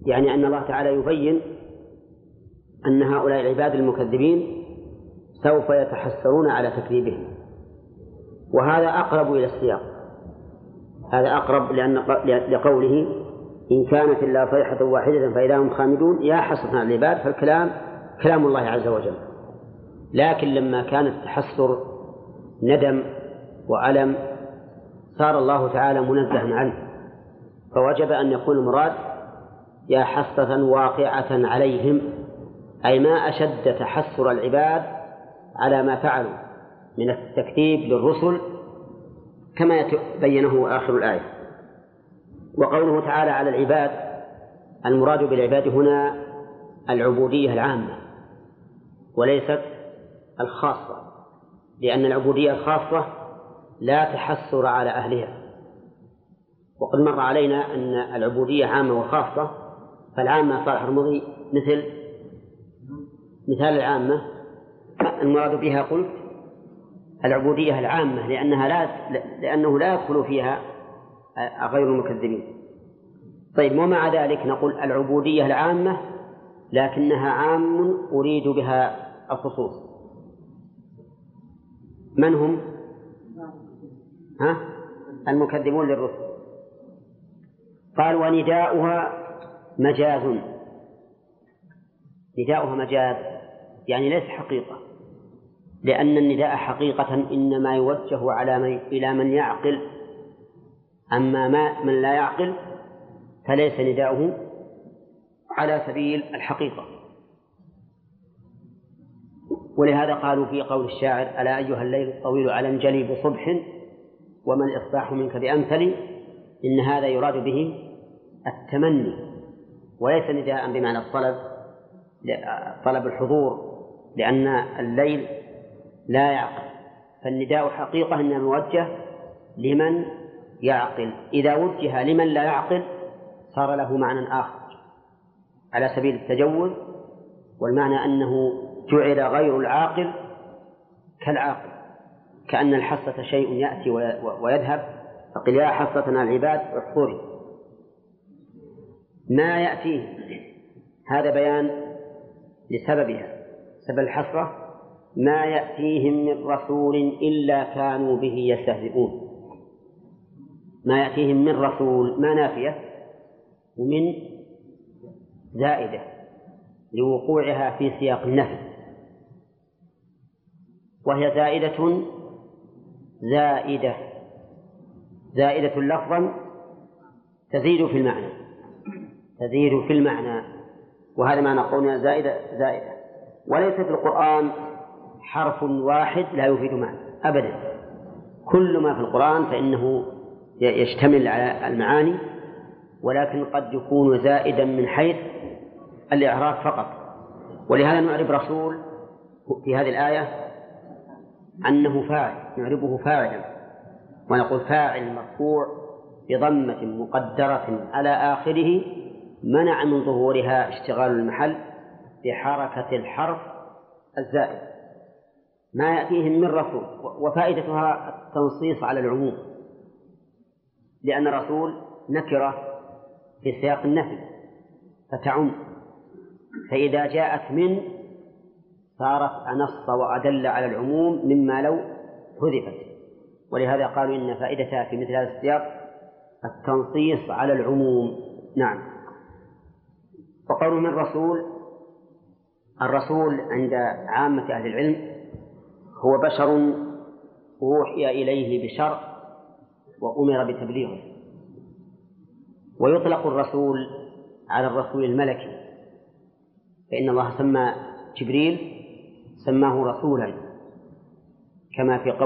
يعني أن الله تعالى يبين أن هؤلاء العباد المكذبين سوف يتحسرون على تكذيبهم، وهذا أقرب إلى السياق، هذا أقرب لقوله إن كانت إلا صيحة واحدة فإذا هم خامدون يا حسرة على العباد، فالكلام كلام الله عز وجل. لكن لما كان التحسر ندم وألم صار الله تعالى منزها عنه، فوجب أن يكون المراد يا حسرة واقعة عليهم، أي ما أشد تحسر العباد على ما فعلوا من التكذيب للرسل كما بينه آخر الآية. وقوله تعالى على العباد، المراد بالعباد هنا العبودية العامة وليست الخاصة، لأن العبودية الخاصة لا تحسر على أهلها، وقد مر علينا أن العبودية عامة وخاصة. فالعامة صالح المضي مثال العامة المراد بها قلت العبودية العامة لأنه لا يدخل فيها غير المكذبين. طيب، ومع ذلك نقول العبودية العامة لكنها عام أريد بها الخصوص. من هم؟ المكذبون للرسل. قال ونداؤها مجاز. نداؤها مجاز يعني ليس حقيقة، لأن النداء حقيقة إنما يوجه إلى من يعقل، أما من لا يعقل فليس نداؤه على سبيل الحقيقة. ولهذا قالوا في قول الشاعر ألا أيها الليل الطويل على انجلي بصبح وما الإصباح منك بأمثل، إن هذا يراد به التمني وليس نداء بمعنى طلب الحضور، لأن الليل لا يعقل، فالنداء حقيقة إنما موجه لمن يعقل. إذا وجه لمن لا يعقل صار له معنى آخر على سبيل التجوز، والمعنى أنه جعل غير العاقل كالعاقل، كأن الحصة شيء يأتي ويذهب، فقل يا حصة على العباد احضري ما يأتيه. هذا بيان لسببها، سبب الحصة ما يأتيهم من رسول إلا كانوا به يستهزئون. ما يأتيهم من رسول ما نافية ومن زائدة لوقوعها في سياق النفي، وهي زائدة لفظا تزيد في المعنى، وهذا معنى قولنا زائدة. وليس في القرآن حرف واحد لا يفيد معنى أبدا، كل ما في القرآن فإنه يشتمل على المعاني، ولكن قد يكون زائدا من حيث الإعراب فقط. ولهذا نعرب رسول في هذه الآية أنه فاعل، نعربه فاعلا، ونقول فاعل مرفوع بضمة مقدرة على آخره منع من ظهورها اشتغال المحل بحركة الحرف الزائد. ما يأتيهم من رسول، وفائدتها التنصيص على العموم، لأن الرسول نكرة في سياق النفي فتعم، فإذا جاءت من صارت أنص وأدل على العموم مما لو حذفت. ولهذا قالوا إن فائدتها في مثل هذا السياق التنصيص على العموم. نعم. وقالوا من رسول، الرسول عند عامة أهل العلم هو بشر أوحي إليه بشرع وأمر بتبليغه. ويطلق الرسول على الرسول الملكي، فإن الله سمى جبريل سماه رسولا كما في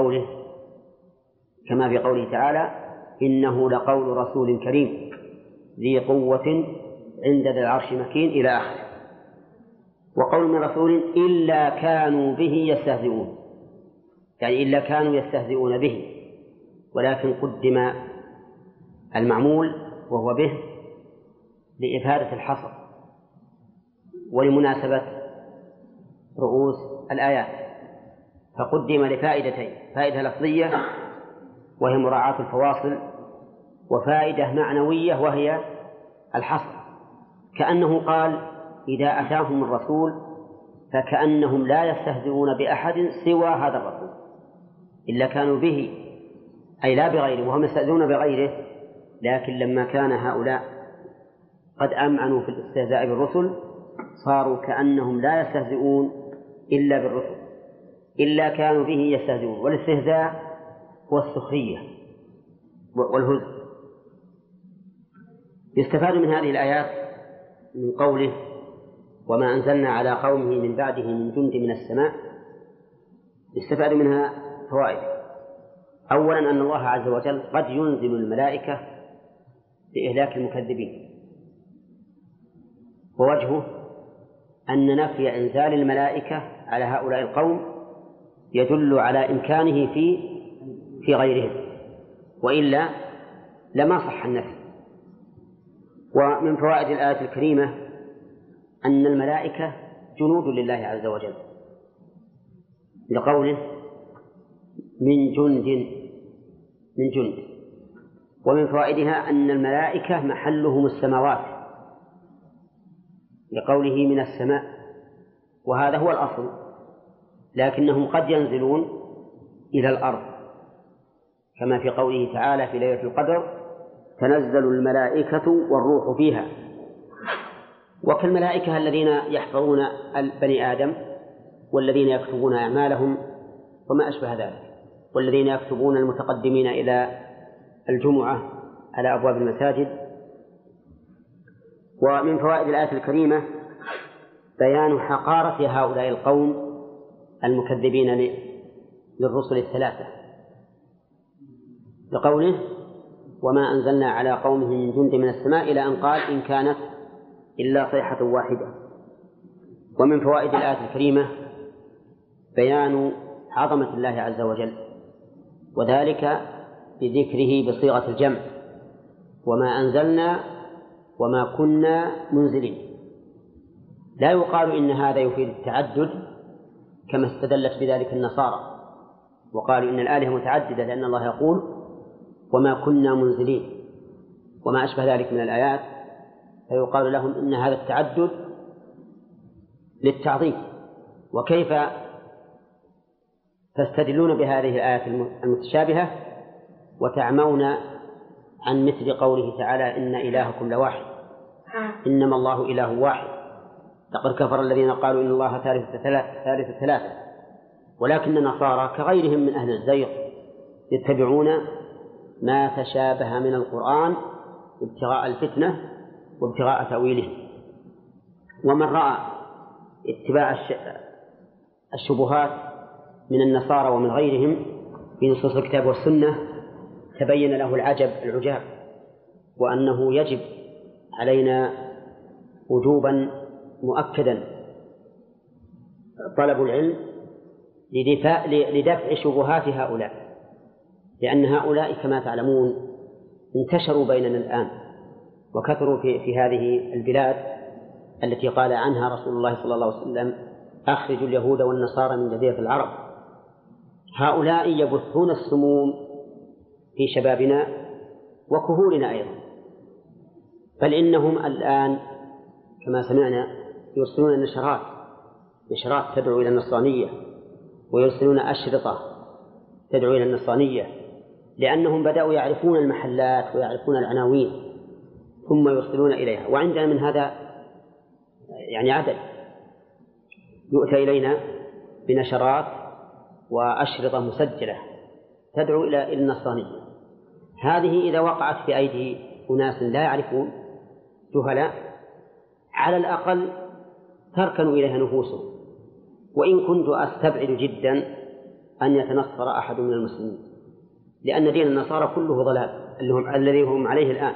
قوله تعالى إنه لقول رسول كريم ذي قوة عند ذي العرش مكين إلى آخره. وقول من رسول إلا كانوا به يستهزئون، يعني إلا كانوا يستهزئون به، ولكن قدم المعمول وهو به لإفادة الحصر ولمناسبة رؤوس الآيات، فقدم لفائدتين: فائدة لفظية وهي مراعاة الفواصل، وفائدة معنوية وهي الحصر. كأنه قال إذا أتاهم الرسول فكأنهم لا يستهزئون بأحد سوى هذا الرسول إلا كانوا به، أي لا بغيره، وهم يستهزئون بغيره. لكن لما كان هؤلاء قد أمعنوا في الاستهزاء بالرسل صاروا كأنهم لا يستهزئون إلا بالرسل إلا كانوا به يستهزئون. والاستهزاء هو السخرية والهزء. يستفاد من هذه الآيات من قوله وما أنزلنا على قومه من بعده من جند من السماء، يستفاد منها فوائد. أولا أن الله عز وجل قد ينزل الملائكة لإهلاك المكذبين، ووجهه أن نفي إنزال الملائكة على هؤلاء القوم يدل على إمكانه في غيرهم، وإلا لما صح النفي. ومن فوائد الآية الكريمة أن الملائكة جنود لله عز وجل لقوله من جند. ومن فوائدها أن الملائكة محلهم السماوات لقوله من السماء، وهذا هو الأصل، لكنهم قد ينزلون إلى الأرض كما في قوله تعالى في ليلة القدر تنزل الملائكة والروح فيها. وكالملائكة الذين يحفظون بني آدم والذين يكتبون أعمالهم وما أشبه ذلك، والذين يكتبون المتقدمين إلى الجمعة على أبواب المساجد. ومن فوائد الآية الكريمة بيان حقارة هؤلاء القوم المكذبين للرسل الثلاثة لقوله وما أنزلنا على قومه من جند من السماء إلى أن قال إن كانت إلا صيحة واحدة. ومن فوائد الآية الكريمة بيان عظمة الله عز وجل، وذلك بذكره بصيغة الجمع وما أنزلنا وما كنا منزلين. لا يقال إن هذا يفيد التعدد كما استدلت بذلك النصارى وقالوا إن الآلهة متعددة لأن الله يقول وما كنا منزلين وما أشبه ذلك من الآيات، فيقال لهم إن هذا التعدد للتعظيم. وكيف تستدلون بهذه الآيات المتشابهة وتعمون عن مثل قوله تعالى إن إلهكم لواحد إنما الله إله واحد لقد كفر الذين قالوا إن الله ثالث ثلاثة. ولكن النصارى كغيرهم من أهل الزيغ يتبعون ما تشابه من القرآن ابتغاء الفتنة وابتغاء تأويله. ومن رأى اتباع الشبهات من النصارى ومن غيرهم في نصوص الكتاب والسنة تبين له العجاب وأنه يجب علينا وجوبا مؤكدا طلب العلم لدفع شبهات هؤلاء، لأن هؤلاء كما تعلمون انتشروا بيننا الآن وكثروا في هذه البلاد التي قال عنها رسول الله صلى الله عليه وسلم أخرجوا اليهود والنصارى من جزيرة العرب. هؤلاء يبثون السموم في شبابنا وكهولنا أيضا، بل إنهم الآن كما سمعنا يرسلون نشرات تدعو إلى النصرانية، ويرسلون أشرطة تدعو إلى النصرانية، لأنهم بدأوا يعرفون المحلات ويعرفون العناوين ثم يرسلون إليها. وعندنا من هذا يعني عدد يؤتى إلينا بنشرات وأشرطة مسجلة تدعو إلى النصرانية. هذه إذا وقعت في أيدي أناس لا يعرفون جهلاء على الأقل تركن إليها نفوسهم. وإن كنت أستبعد جدا أن يتنصر أحد من المسلمين، لأن دين النصارى كله ضلال الذي هم عليه الآن،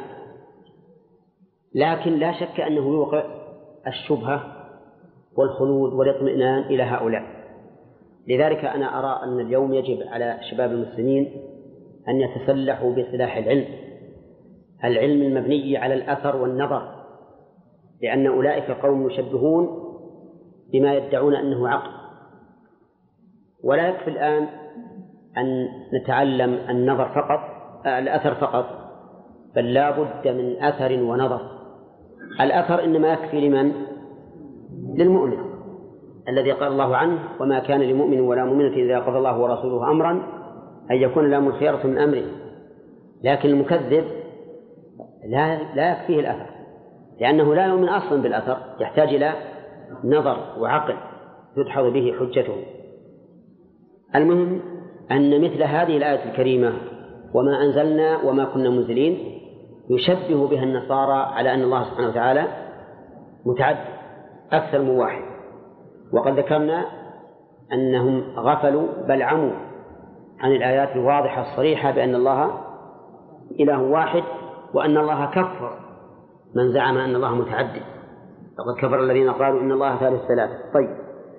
لكن لا شك أنه يوقع الشبهة والخلود والاطمئنان إلى هؤلاء. لذلك أنا أرى أن اليوم يجب على شباب المسلمين أن يتسلحوا بسلاح العلم المبني على الأثر والنظر، لأن أولئك قوم يشبهون بما يدعون أنه عقل. ولا يكفي الآن أن نتعلم النظر فقط الأثر فقط، بل لا بد من أثر ونظر الأثر إنما يكفي لمن؟ للمؤمن الذي قال الله عنه: وما كان لمؤمن ولا مؤمنة إذا قضى الله ورسوله أمرا أن يكون لهم الخيرة من أمره. لكن المكذب لا يكفيه الأثر، لأنه لا يؤمن أصلا بالأثر، يحتاج إلى نظر وعقل تدحض به حجته. المهم أن مثل هذه الآية الكريمة وما أنزلنا وما كنا منزلين يشبه بها النصارى على أن الله سبحانه وتعالى متعدد أكثر من واحد. وقد ذكرنا أنهم غفلوا بل عموا عن الآيات الواضحة الصريحة بأن الله إله واحد، وأن الله كفر من زعم أن الله متعدد. لقد كفر الذين قالوا إن الله ثالث ثلاثة. طيب،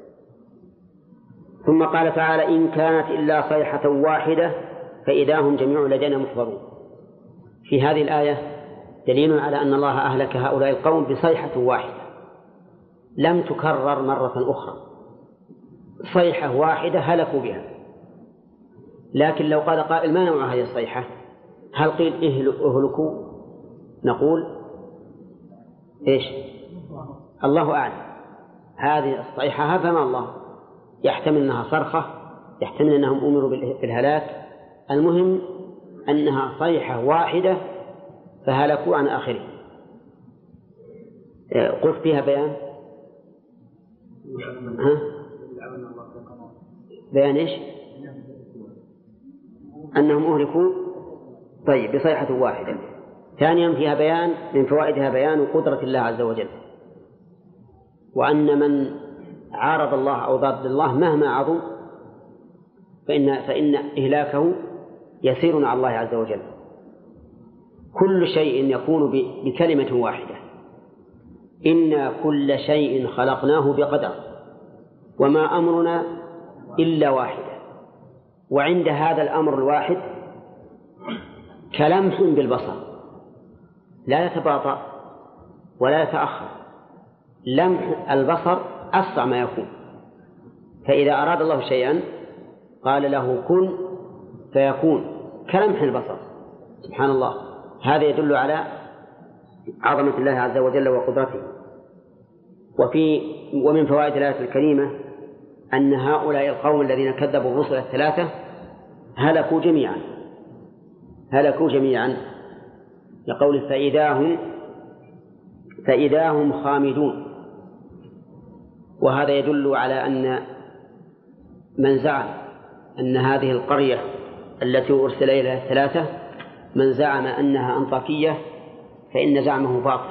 ثم قال تعالى: إن كانت إلا صيحة واحدة فإذا هم جميع لدينا محضرون. في هذه الآية دليل على أن الله أهلك هؤلاء القوم بصيحة واحدة لم تكرر مرة أخرى، صيحة واحدة هلكوا بها. لكن لو قال قائل: ما نوع هذه الصيحة؟ هل قيل اهلكوا؟ نقول إيش؟ الله أعلم. هذه الصيحة فما الله، يحتمل أنها صرخة، يحتمل أنهم أمروا بالهلاك، المهم أنها صيحة واحدة فهلكوا عن آخره. قلت فيها بيان؟ بيان إيش؟ أنهم أهلكوا طيب بصيحة واحدة. ثانيا فيها بيان من فوائدها بيان قدرة الله عز وجل، وأن من عارض الله أو ضد الله مهما عظم فإن إهلاكه يسير على الله عز وجل. كل شيء يكون بكلمة واحدة: إنا كل شيء خلقناه بقدر وما أمرنا إلا واحدة. وعند هذا الأمر الواحد كلمح بالبصر لا يتباطأ ولا يتأخر، لمح البصر أسرع ما يكون. فإذا أراد الله شيئا قال له كن فيكون كلمح البصر. سبحان الله، هذا يدل على عظمة الله عز وجل وقدرته. ومن فوائد الآية الكريمة أن هؤلاء القوم الذين كذبوا الرسل الثلاثة هلكوا جميعا لقول فإذا هم خامدون. وهذا يدل على أن من زعم أن هذه القرية التي أرسل إليها الثلاثة من زعم أنها أنطاكية فإن زعمه باطل،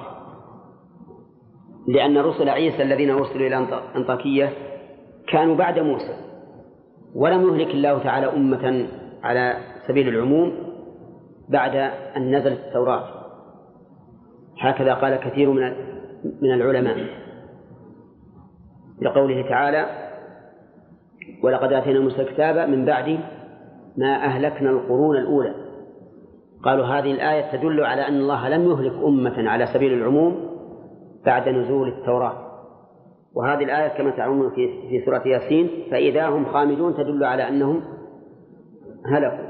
لأن رسل عيسى الذين أرسلوا إلى أنطاكية كانوا بعد موسى، ولم يهلك الله تعالى أمة على سبيل العموم بعد أن نزلت التوراة. هكذا قال كثير من العلماء لقوله تعالى: ولقد آتينا موسى الكتاب من بعد ما أهلكنا القرون الأولى. قالوا هذه الآية تدل على أن الله لم يهلك أمة على سبيل العموم بعد نزول التوراة. وهذه الآية كما تعلمون في سورة ياسين: فإذا هم خامدون، تدل على أنهم هلكوا.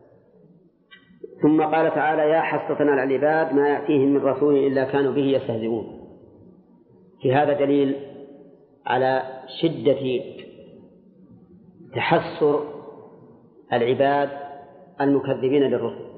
ثم قال تعالى: يا حسرة على العباد ما يأتيهم من رسول إلا كانوا به يستهزئون. في هذا دليل على شدة تحسر العباد المكذبين للرسل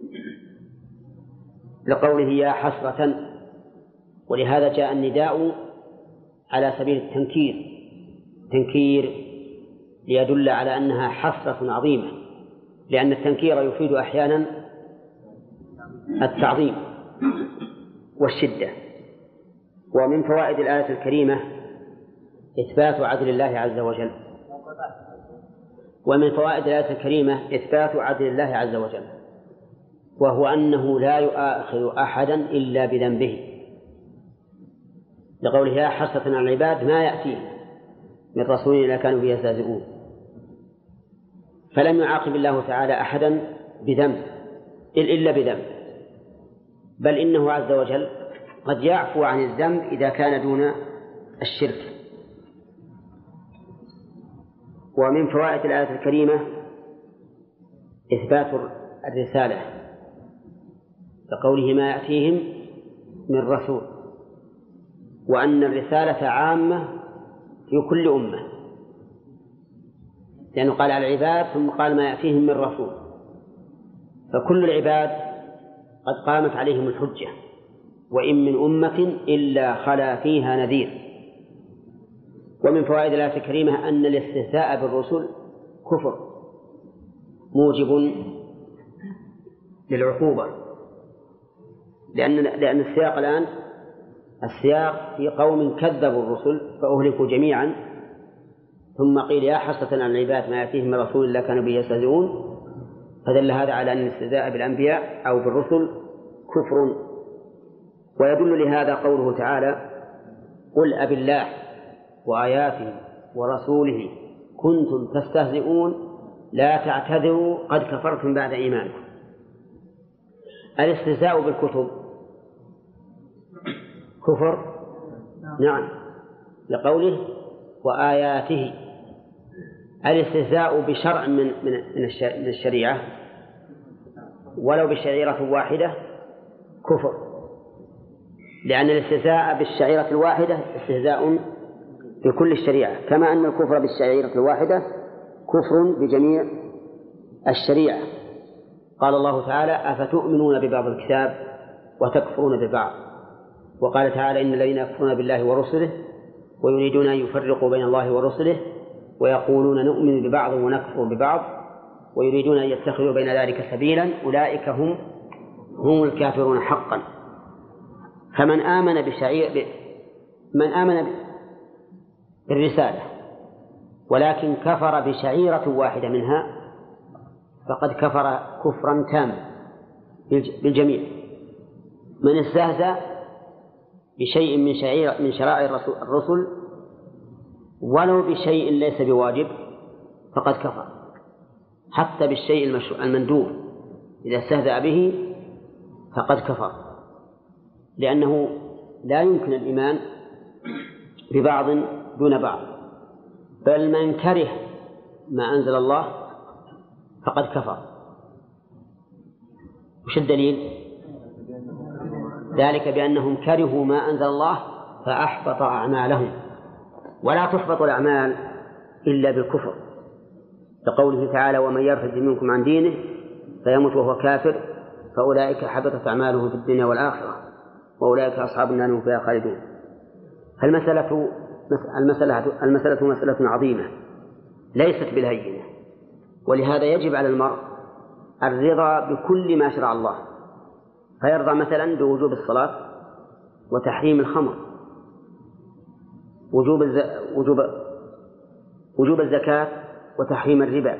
لقوله يا حسرة. ولهذا جاء النداء على سبيل التنكير ليدل على أنها حسرة عظيمة، لأن التنكير يفيد أحيانا التعظيم والشدة. ومن فوائد الآية الكريمة إثبات عدل الله عز وجل، عز وجل، وهو أنه لا يؤاخذ أحدا إلا بذنبه، لقوله يا حسرة على العباد ما يأتيه من رسول إلا كانوا به يستهزئون. فلم يعاقب الله تعالى أحدا بذنب إلا بذنب، بل إنه عز وجل قد يعفو عن الذنب إذا كان دون الشرك. ومن فوائد الآية الكريمة إثبات الرسالة، كقوله ما يأتيهم من رسول وأن الرسالة عامة في كل أمة، لأنه قال على العباد ثم قال ما يأتيهم من رسول، فكل العباد قد قامت عليهم الحجة، وإن من أمة إلا خلا فيها نذير. ومن فوائد الآية الكريمة أن الاستهزاء بالرسل كفر موجب للعقوبة، لأن السياق الآن السياق في قوم كذبوا الرسل فأهلكوا جميعا، ثم قيل يا حسرة على العباد ما يأتيهم من رسول الله كانوا به يستهزئون، فدل هذا على أن الاستهزاء بالأنبياء أو بالرسل كفر. ويدل لهذا قوله تعالى قل أبالله وآياته ورسوله كنتم تستهزئون لا تعتذروا قد كفرتم بعد إيمانكم. الاستهزاء بالكتب كفر، نعم، لقوله وآياته. الاستهزاء بشرع من الشريعة ولو بشعيرة واحدة كفر، لأن الاستهزاء بالشعيرة الواحدة استهزاء بكل الشريعة، كما أن الكفر بالشعيرة الواحدة كفر بجميع الشريعة. قال الله تعالى أفتؤمنون ببعض الكتاب وتكفرون ببعض، وقال تعالى إن الذين يكفرون بالله ورسله ويريدون أن يفرقوا بين الله ورسله ويقولون نؤمن ببعض ونكفر ببعض ويريدون أن يتخذوا بين ذلك سبيلا أولئك هم الكافرون حقا. فمن آمن من آمن بالرسالة ولكن كفر بشعيرة واحدة منها فقد كفر كفرا تاما بالجميع. من استهزأ بشيء من شرائع الرسل ولو بشيء ليس بواجب فقد كفر، حتى بالشيء المندوب إذا استهزأ به فقد كفر، لأنه لا يمكن الإيمان ببعض دون بعض، بل من كره ما أنزل الله فقد كفر. وش الدليل؟ ذلك بأنهم كرهوا ما أنزل الله فأحبط أعمالهم، ولا تحبط الأعمال إلا بالكفر، لقوله تعالى ومن يرتد منكم عن دينه فيمت وهو كافر فأولئك حبطت أعمالهم في الدنيا والآخرة وأولئك أصحاب النار هم فيها خالدون. المسألة مسألة عظيمة ليست بالهينة، ولهذا يجب على المرء الرضا بكل ما شرع الله، فيرضى مثلا بوجوب الصلاة وتحريم الخمر، وجوب الزكاة وتحريم الربا،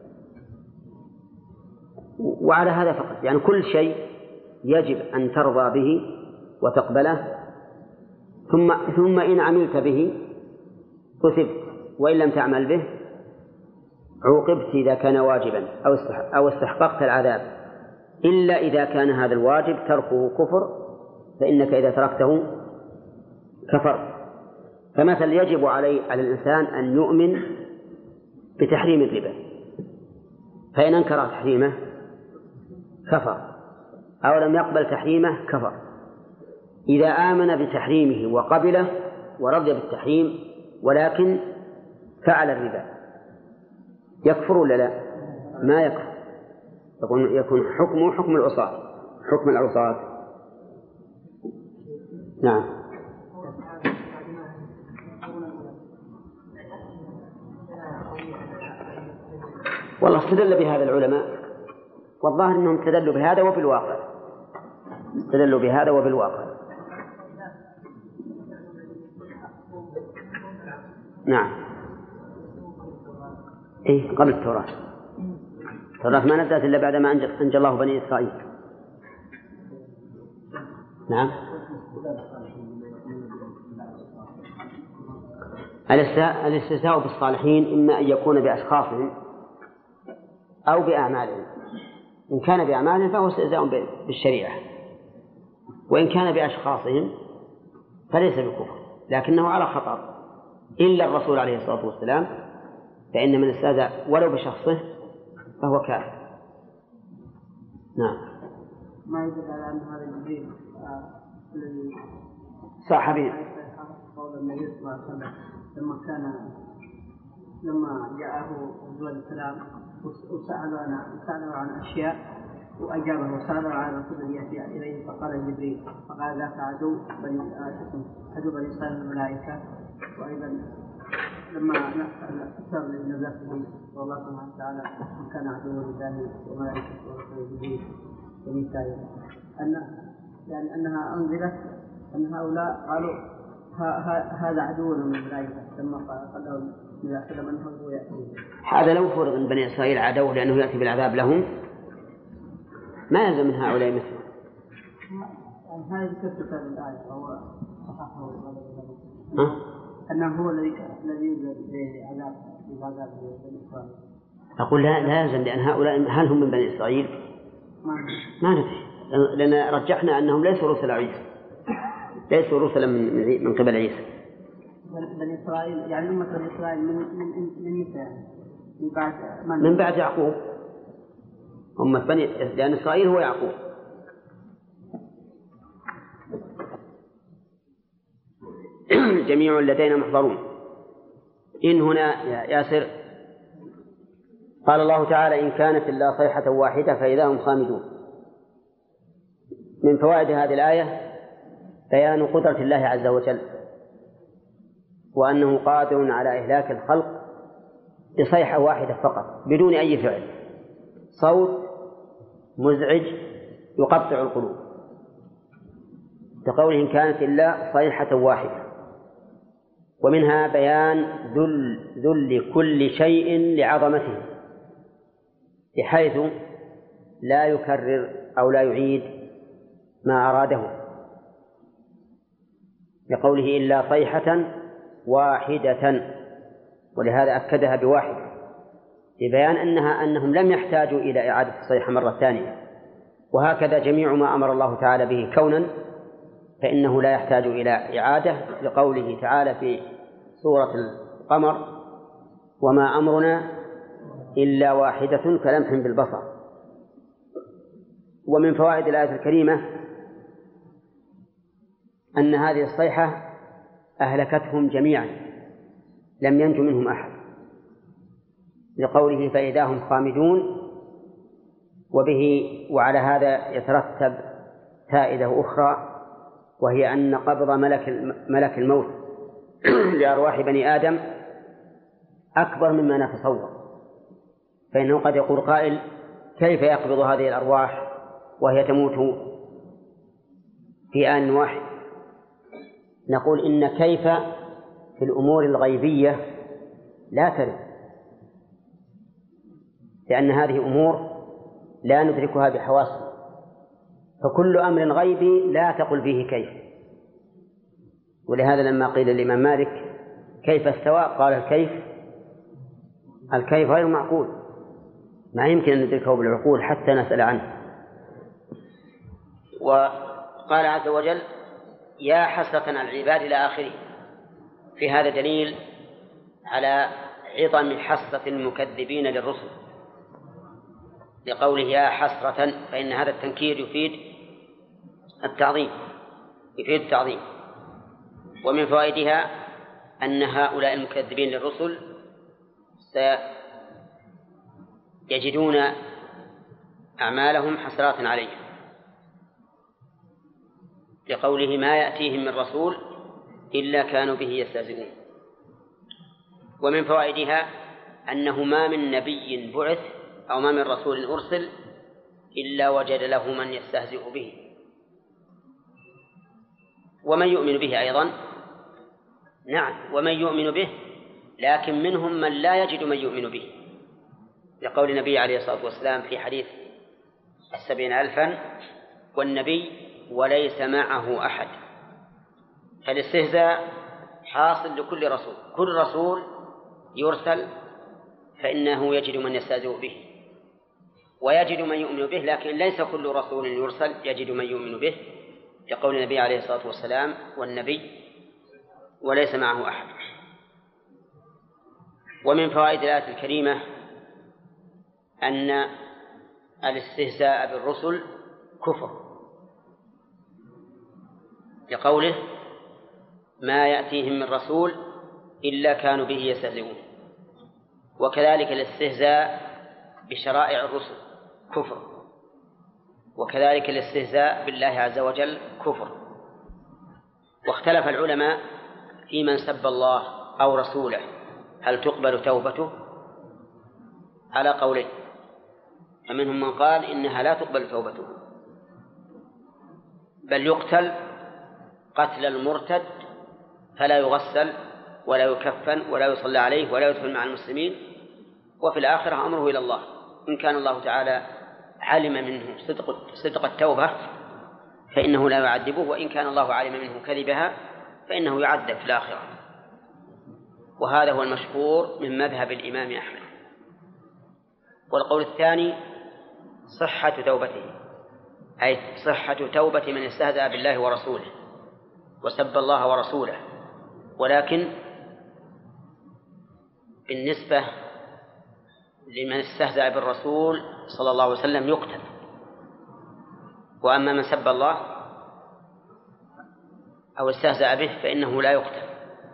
وعلى هذا فقط، يعني كل شيء يجب أن ترضى به وتقبله، ثم إن عملت به أثبت، وإن لم تعمل به عوقبت إذا كان واجبا أو استحققت العذاب، إلا إذا كان هذا الواجب تركه كفر فإنك إذا تركته كفر. فمثل يجب على الإنسان أن يؤمن بتحريم الربا، فإن أنكر تحريمه كفر، أو لم يقبل تحريمه كفر. إذا آمن بتحريمه وقبله ورضي بالتحريم ولكن فعل الربا يكفر ولا لا؟ ما يكفر، يكون حكمه حكم العصاة. نعم. والله استدل بهذا العلماء، والظاهر أنهم استدلوا بهذا وبالواقع. نعم. إيه قبل التوراة ما نزلت إلا بعد ما أنجى الله بني إسرائيل. نعم. الاستهزاء بالصالحين إما أن يكون بأشخاصهم أو بأعمالهم. إن كان بأعمالهم فهو استهزاء بالشريعة، وإن كان بأشخاصهم فليس بكفر لكنه على خطر، إلا الرسول عليه الصلاة والسلام فإن من استهزأ ولو بشخصه فهو كافر. نعم. ما يدل على أن هذا الجبريل الذي صاح به النبي صلى الله عليه وسلم لما جاءه رسول السلام وسأله عن أشياء وأجابه وسأله عن الرسول الذي يأتي إليه فقال جبريل فقال ذاك عدو بني إسرائيل الملائكة. وأيضا لما أكثر لنبذته والله سبحانه وتعالى كان عدو لله وملائكته ورسوله جبريل وميكائيل يعني أنها أنزلت أن هؤلاء قالوا هذا عدو من الملائكة لما قال لهم إذا سلم أنه هو يأتي. هذا لو فرض أن بني إسرائيل عدو لأنه يأتي بالعذاب لهم ما يلزم من هؤلاء مثله. هذا ذكر كتاب الآية وهو صححه أنه هو الذي ينزل بعذاب بني إسرائيل. أقول لا يلزم لأن هؤلاء هل هم من بني إسرائيل؟ ما ندري لأن رجحنا أنهم ليسوا رسل عيسى ليسوا رسلا من قبل عيسى. بني إسرائيل يعني أمة بني إسرائيل من متى؟ من بعد يعقوب. أمة بني لأن إسرائيل هو يعقوب. جميع لدينا محضرون. إن هنا يا ياسر قال الله تعالى إن كانت إلا صيحة واحدة فإذا هم خامدون. من فوائد هذه الآية بيان قدرة الله عز وجل وأنه قادر على إهلاك الخلق بصيحة واحدة فقط بدون أي فعل، صوت مزعج يقطع القلوب، كقوله إن كانت إلا صيحة واحدة. ومنها بيان ذل كل شيء لعظمته بحيث لا يكرر أو لا يعيد ما أراده، لقوله إلا صيحة واحدة، ولهذا أكدها بواحدة لبيان أنهم لم يحتاجوا إلى إعادة الصيحة مرة ثانية. وهكذا جميع ما أمر الله تعالى به كونا فإنه لا يحتاج إلى إعادة، لقوله تعالى في سورة القمر وما أمرنا إلا واحدة كلمح بالبصر. ومن فوائد الآية الكريمة أن هذه الصيحة أهلكتهم جميعا لم ينج منهم أحد، لقوله فإذا هم خامدون. وعلى هذا يترتب فائدة أخرى، وهي أن قبض ملك الموت لأرواح بني آدم أكبر مما نتصور. فإنه قد يقول قائل كيف يقبض هذه الأرواح وهي تموت في آن واحد؟ نقول إن كيف في الأمور الغيبية لا ترد، لأن هذه أمور لا ندركها بحواسنا، فكل أمر غيبي لا تقل فيه كيف. ولهذا لما قيل الإمام مالك كيف استوى قال الكيف غير معقول، ما يمكن أن ندركه بالعقول حتى نسأل عنه. وقال عز وجل يا حسرة على العباد إلى آخره، في هذا دليل على عظم حسرة المكذبين للرسل، لقوله يا حسرة، فإن هذا التنكير يفيد التعظيم. ومن فوائدها أن هؤلاء المكذبين للرسل سيجدون أعمالهم حسرات عليهم، لقوله ما يأتيهم من رسول إلا كانوا به يستهزئون. ومن فوائدها أنه ما من نبي بعث أو ما من رسول أرسل إلا وجد له من يستهزئ به ومن يؤمن به أيضا. نعم، ومن يؤمن به، لكن منهم من لا يجد من يؤمن به، لقول النبي عليه الصلاة والسلام في حديث 70,000 والنبي وليس معه أحد. فالاستهزاء حاصل لكل رسول، كل رسول يرسل فإنه يجد من يستهزئ به ويجد من يؤمن به، لكن ليس كل رسول يرسل يجد من يؤمن به، لقول النبي عليه الصلاة والسلام والنبي وليس معه أحد. ومن فوائد الآية الكريمة أن الاستهزاء بالرسل كفر، لقوله ما يأتيهم من رسول إلا كانوا به يستهزئون. وكذلك الاستهزاء بشرائع الرسل كفر، وكذلك الاستهزاء بالله عز وجل كفر. واختلف العلماء في من سب الله أو رسوله هل تقبل توبته على قولين، فمنهم من قال إنها لا تقبل توبته بل يقتل قتل المرتد فلا يغسل ولا يكفن ولا يصلى عليه ولا يدفن مع المسلمين، وفي الآخرة أمره إلى الله، إن كان الله تعالى علم منه صدق التوبة فإنه لا يعذبه، وإن كان الله علم منه كذبها فإنه يعذب في الآخرة. وهذا هو المشهور من مذهب الإمام أحمد. والقول الثاني صحة توبته، أي صحة توبة من استهزأ بالله ورسوله وسب الله ورسوله، ولكن بالنسبة لمن استهزأ بالرسول صلى الله عليه وسلم يقتل، وأما من سب الله أو استهزأ به فإنه لا يقتل.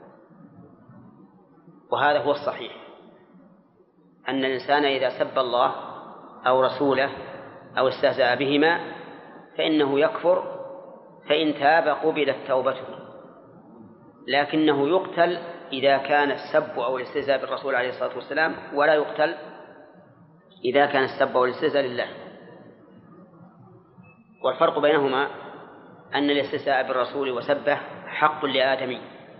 وهذا هو الصحيح، أن الإنسان إذا سب الله أو رسوله أو استهزأ بهما فإنه يكفر، فإن تاب قبلت توبته، لكنه يقتل إذا كان السب أو الاستهزاء بالرسول عليه الصلاة والسلام، ولا يقتل إذا كان السب أو الاستهزاء لله. والفرق بينهما أن الاستهزاء بالرسول وسبه حق لآدمي،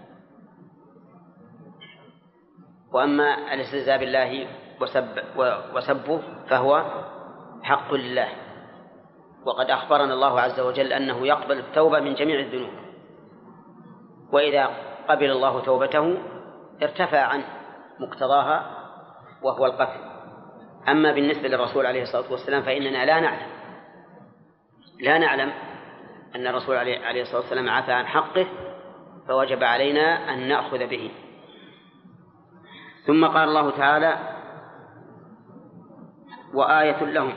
وأما الاستهزاء بالله وسبه فهو حق لله. وقد أخبرنا الله عز وجل أنه يقبل التوبة من جميع الذنوب، وإذا قبل الله توبته ارتفع عن مقتضاها وهو القتل. أما بالنسبة للرسول عليه الصلاة والسلام فإننا لا نعلم أن الرسول عليه الصلاة والسلام عفى عن حقه، فوجب علينا أن نأخذ به. ثم قال الله تعالى وآية لهم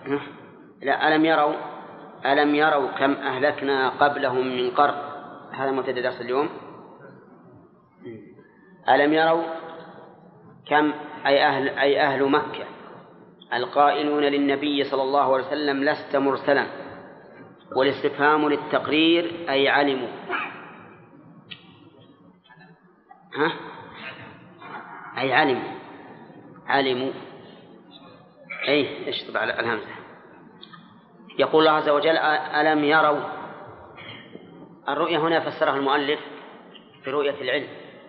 ألم يروا كم أهلكنا قبلهم من قرن. هذا مبتدأ درس اليوم. ألم يروا كم أي أهل مكة القائلون للنبي صلى الله عليه وسلم لست مرسلا، والاستفهام للتقرير أي علموا. أي علموا أي إيش طبع الهمزة. يقول الله عز وجل ألم يروا. الرؤية هنا فسرها المؤلف برؤية العلم،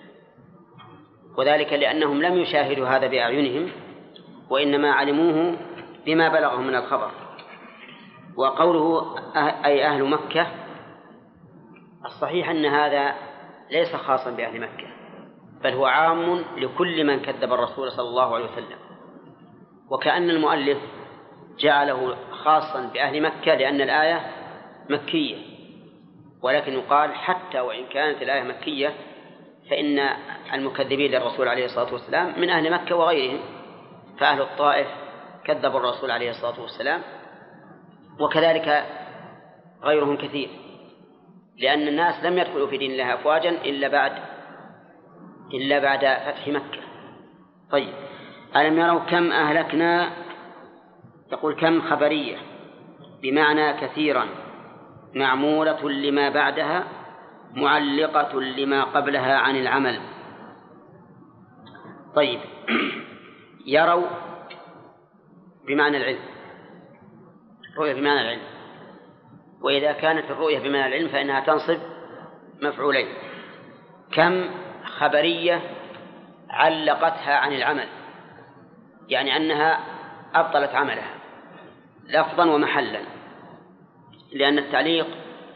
وذلك لأنهم لم يشاهدوا هذا بأعينهم، وإنما علموه بما بلغهم من الخبر. وقوله أي أهل مكة، الصحيح أن هذا ليس خاصا بأهل مكة، بل هو عام لكل من كذب الرسول صلى الله عليه وسلم. وكأن المؤلف جعله خاصا بأهل مكة لأن الآية مكية، ولكن يقال حتى وإن كانت الآية مكية فإن المكذبين للرسول عليه الصلاة والسلام من أهل مكة وغيرهم، فأهل الطائف كذبوا الرسول عليه الصلاة والسلام، وكذلك غيرهم كثير، لأن الناس لم يدخلوا في دين الله أفواجا إلا بعد فتح مكة. طيب، ألم يروا كم أهلكنا. يقول كم خبرية بمعنى كثيرا، معمولة لما بعدها، معلقة لما قبلها عن العمل. طيب، يروا بمعنى العلم، رؤية بمعنى العلم، وإذا كانت الرؤية بمعنى العلم فإنها تنصب مفعولين. كم خبرية علقتها عن العمل، يعني أنها أبطلت عملها لفظا ومحلا، لأن التعليق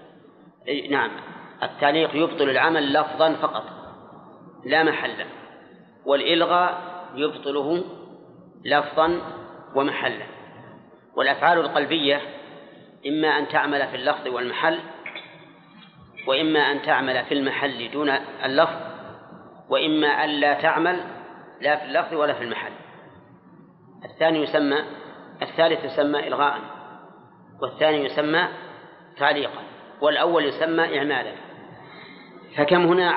التعليق يبطل العمل لفظا فقط لا محلا، والإلغاء يبطله لفظا ومحلا. والأفعال القلبية إما أن تعمل في اللفظ والمحل، وإما أن تعمل في المحل دون اللفظ، وإما أن لا تعمل لا في اللفظ ولا في المحل. الثالث يسمى إلغاء، والثاني يسمى تعليقا، والأول يسمى إعمالا. فكم هنا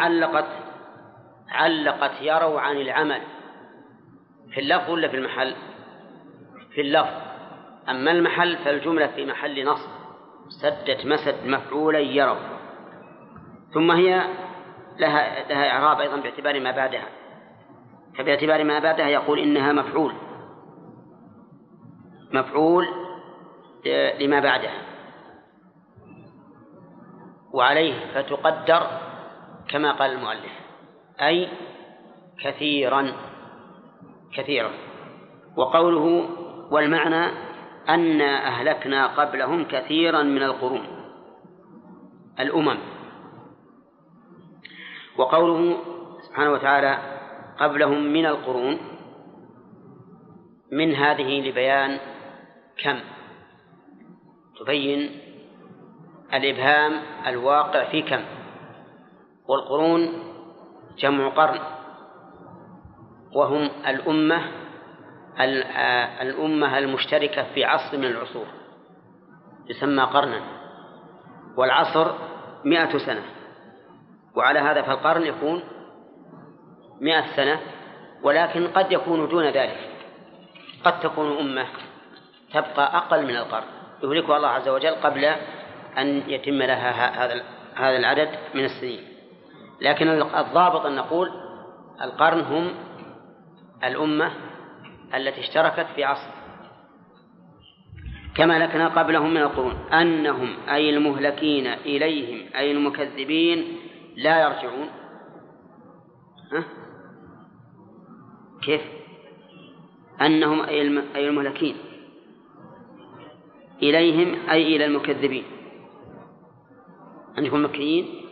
علقت يروا عن العمل في اللفظ ولا في المحل؟ في اللفظ. أما المحل فالجملة في محل نصب، سدت مسد مفعولا يروا. ثم هي لها إعراب أيضا باعتبار ما بعدها، فباعتبار ما بعدها يقول إنها مفعول لما بعدها، وعليه فتقدر كما قال المؤلف أي كثيرا. وقوله والمعنى أن أهلكنا قبلهم كثيرا من القرون الأمم. وقوله سبحانه وتعالى قبلهم من القرون، من هذه لبيان كم، تبين الإبهام الواقع في كم. والقرون جمع قرن، وهم الأمة المشتركة في عصر من العصور يسمى قرنا، والعصر 100 سنة، وعلى هذا فالقرن يكون 100 سنة، ولكن قد يكون دون ذلك، قد تكون أمة تبقى أقل من القرن يهلكها الله عز وجل قبل أن يتم لها هذا العدد من السنين. لكن الضابط أن نقول القرن هم الأمة التي اشتركت في عصر. كما لكنا قبلهم من القرون أنهم أي المهلكين إليهم أي المكذبين لا يرجعون. كيف؟ أنهم أي المهلكين إليهم أي إلى المكذبين، عندكم مكيين.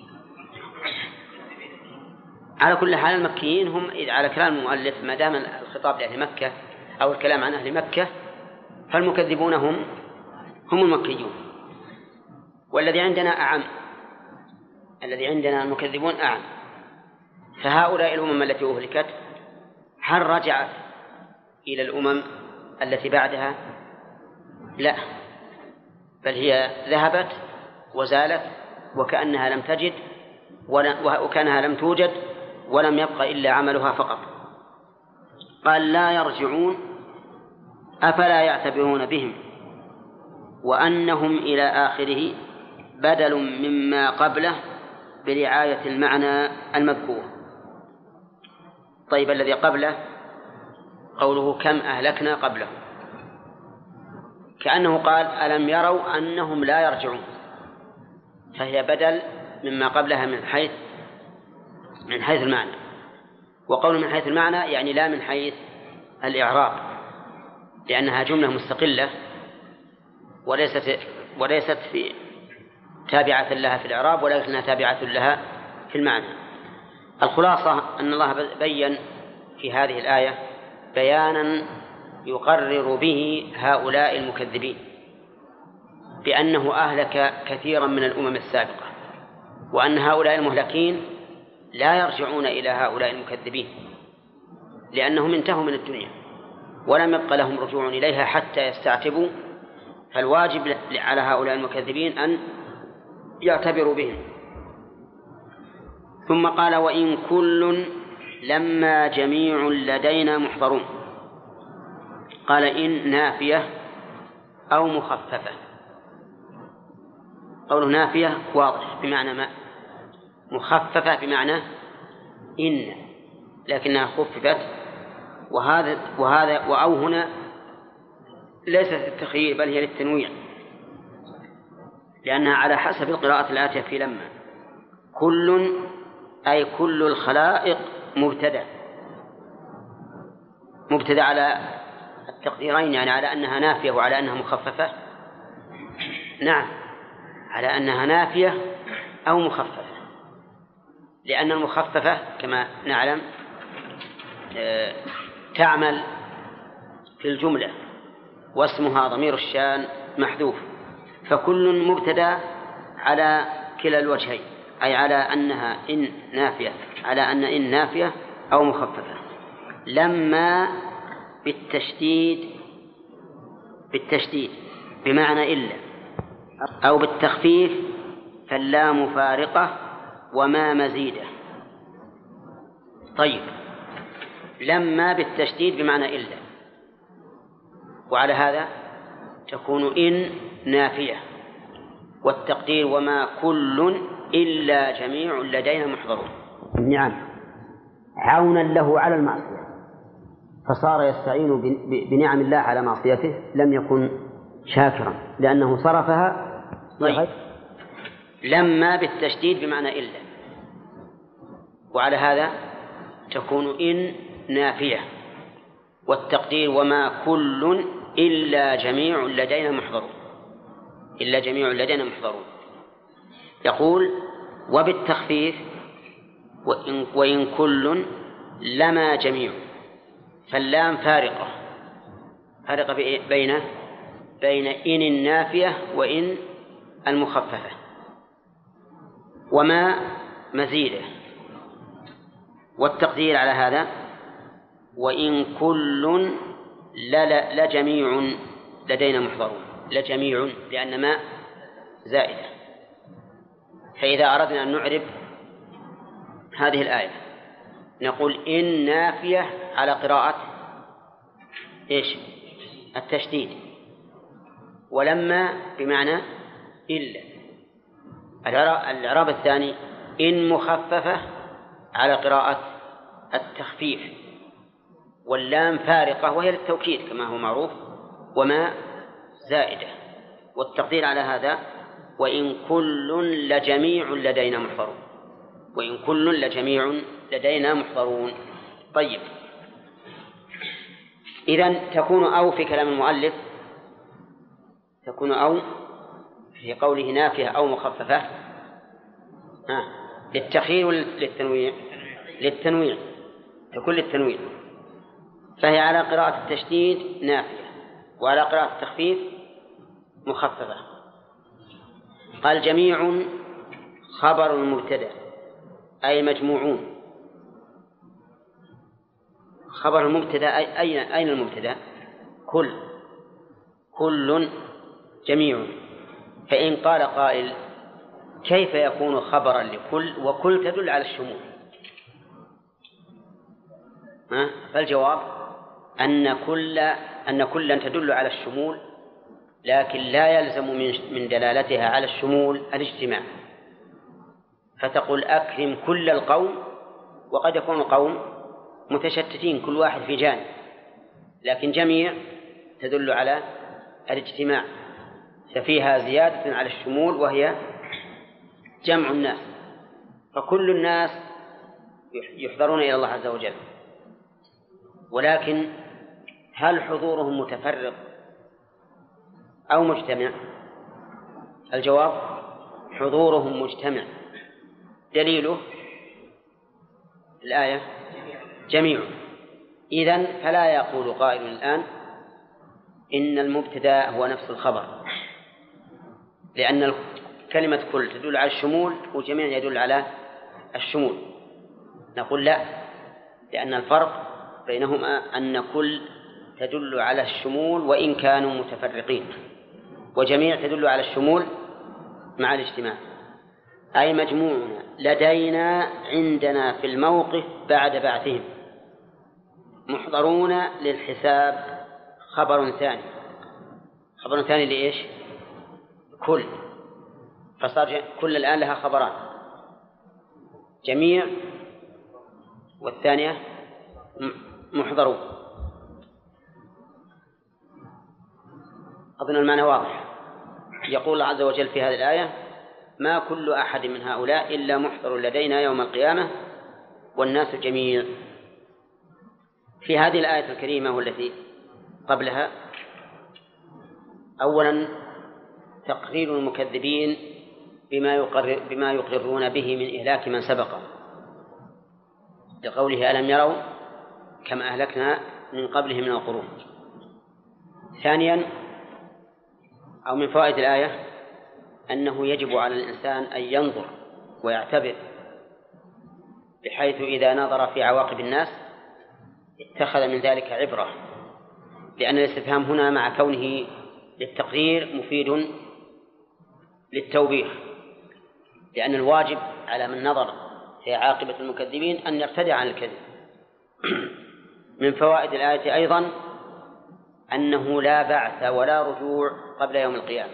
على كل حال المكيين هم على كلام المؤلف ما دام الخطاب لأهل مكة أو الكلام عن أهل مكة فالمكذبون هم المكيون. والذي عندنا أعم، الذي عندنا المكذبون أعم. فهؤلاء الأمم التي أهلكت هل رجعت إلى الأمم التي بعدها؟ لا، بل هي ذهبت وزالت وكأنها لم تجد وكأنها لم توجد ولم يبق إلا عملها فقط. قال لا يرجعون أفلا يعتبرون بهم، وأنهم إلى آخره بدل مما قبله برعاية المعنى المذكور. طيب الذي قبله قوله كم أهلكنا قبله، كأنه قال ألم يروا أنهم لا يرجعون، فهي بدل مما قبلها من حيث المعنى. وقول من حيث المعنى يعني لا من حيث الإعراب، لأنها جملة مستقلة وليست في تابعة لها في الإعراب ولكنها تابعة لها في المعنى. الخلاصة أن الله بيّن في هذه الآية بيانا يقرر به هؤلاء المكذبين بأنه أهلك كثيرا من الأمم السابقة، وأن هؤلاء المهلكين لا يرجعون إلى هؤلاء المكذبين لأنهم انتهوا من الدنيا ولم يبق لهم رجوع إليها حتى يستعتبوا. فالواجب على هؤلاء المكذبين أن يعتبروا بهم. ثم قال وإن كل لما جميع لدينا محضرون. قال إن نافية أو مخففة. قوله نافية واضح بمعنى ما، مخففة بمعنى إن، لكنها خففت. وهذا وأو هنا ليست التخيير بل هي للتنويع، لأنها على حسب القراءة الآتية في لما. كل أي كل الخلائق مبتدأ على التقديرين، يعني على أنها نافية وعلى أنها مخففة. نعم، على أنها نافية أو مخففة، لأن المخففة كما نعلم تعمل في الجملة واسمها ضمير الشان محذوف، فكل مبتدأ على كلا الوجهين، أي على أنها إن نافية، على أن إن نافية أو مخففة. لما بالتشديد بمعنى إلا، أو بالتخفيف فاللام فارقة وما مزيده. طيب، لما بالتشديد بمعنى إلا، وعلى هذا تكون إن نافية، والتقدير وما كل إلا جميع لدينا محضرون. نعم، عونا له على المعصية، فصار يستعين بنعم الله على معصيته، لم يكن شاكرا لأنه صرفها. طيب، لما بالتشديد بمعنى إلا، وعلى هذا تكون إن نافية، والتقدير وما كل إلا جميع لدينا محضرون. إلا جميع لدينا محضرون. يقول وبالتخفيف وإن كل لما جميع، فاللام فارقة بين إن النافية وإن المخففة، وما مزيده، والتقدير على هذا وإن كل لجميع لدينا محضرون. لجميع لأن ما زائدة. فإذا أردنا أن نعرب هذه الآية نقول إن نافية على قراءة إيش؟ التشديد، ولما بمعنى إلا. الإعراب الثاني إن مخففة على قراءة التخفيف، واللام فارقة وهي للتوكيد كما هو معروف، وما زائدة، والتقدير على هذا وإن كل لجميع لدينا محضرون. وإن كل لجميع لدينا محضرون. طيب، إذن تكون أو في كلام المؤلف، تكون أو في قوله نافية أو مخففة للتخيير وللتنويع؟ للتنويع، تكون للتنويع. فهي على قراءة التشديد نافية، وعلى قراءة التخفيف مخففة. قال جميع خبر المبتدأ أي مجموعون. خبر المبتدأ أين المبتدأ؟ كل جميع. فإن قال قائل كيف يكون خبرا لكل وكل تدل على الشمول؟ فالجواب أن كلا تدل على الشمول، لكن لا يلزم من دلالتها على الشمول الاجتماع. فتقول أكرم كل القوم، وقد يكون القوم متشتتين كل واحد في جانب، لكن جميع تدل على الاجتماع، ففيها زيادة على الشمول وهي جمع الناس. فكل الناس يحضرون إلى الله عز وجل، ولكن هل حضورهم متفرق أو مجتمع؟ الجواب حضورهم مجتمع. دليله الآية جميع. إذن فلا يقول قائل الآن إن المبتدأ هو نفس الخبر، لأن كلمة كل تدل على الشمول وجميع يدل على الشمول. نقول لا، لأن الفرق بينهما أن كل تدل على الشمول وإن كانوا متفرقين، وجميع تدل على الشمول مع الاجتماع. أي مجموعنا لدينا عندنا في الموقف بعد بعثهم محضرون للحساب. خبر ثاني لإيش؟ كل. فصار كل الآن لها خبران، جميع والثانية محضرون. أظن المعنى واضح. يقول الله عز وجل في هذه الآية ما كل أحد من هؤلاء إلا محضر لدينا يوم القيامة والناس جميع. في هذه الآية الكريمة والتي قبلها أولا تقرير المكذبين بما يقرون به من إهلاك من سبق، لقوله ألم يروا كما أهلكنا من قبلهم من القرون. ثانيا أو من فوائد الآية أنه يجب على الإنسان أن ينظر ويعتبر، بحيث إذا نظر في عواقب الناس اتخذ من ذلك عبرة، لأن الاستفهام هنا مع كونه للتقرير مفيد للتوبيخ، لأن الواجب على من نظر في عاقبة المكذبين أن يرتدع عن الكذب. من فوائد الآية أيضا أنه لا بعث ولا رجوع قبل يوم القيامة،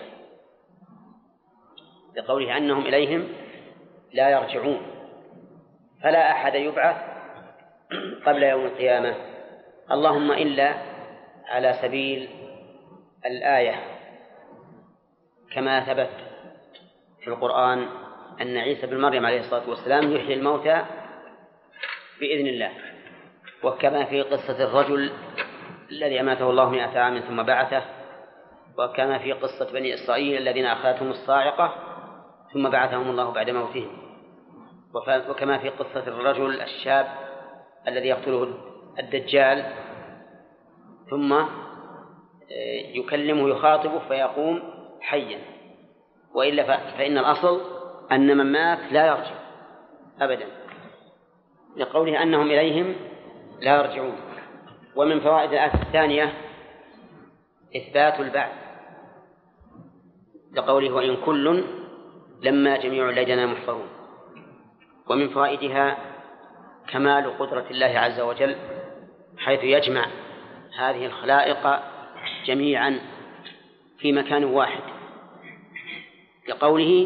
لقوله أنهم إليهم لا يرجعون، فلا أحد يبعث قبل يوم القيامة، اللهم إلا على سبيل الآية كما ثبت في القرآن أن عيسى بن مريم عليه الصلاة والسلام يحيي الموتى بإذن الله، وكما في قصة الرجل الذي أماته الله 100 عام ثم بعثه، وكما في قصة بني إسرائيل الذين أخذتهم الصاعقة ثم بعثهم الله بعد موتهم، وكما في قصة الرجل الشاب الذي يقتله الدجال ثم يكلمه يخاطبه فيقوم حيا، وإلا فإن الأصل أن من مات لا يرجع أبدا، لقوله أنهم إليهم لا يرجعون. ومن فوائد الآية الثانية إثبات البعث، لقوله وإن كل لما جميع لدينا محضرون. ومن فوائدها كمال قدرة الله عز وجل حيث يجمع هذه الخلائق جميعا في مكان واحد، لقوله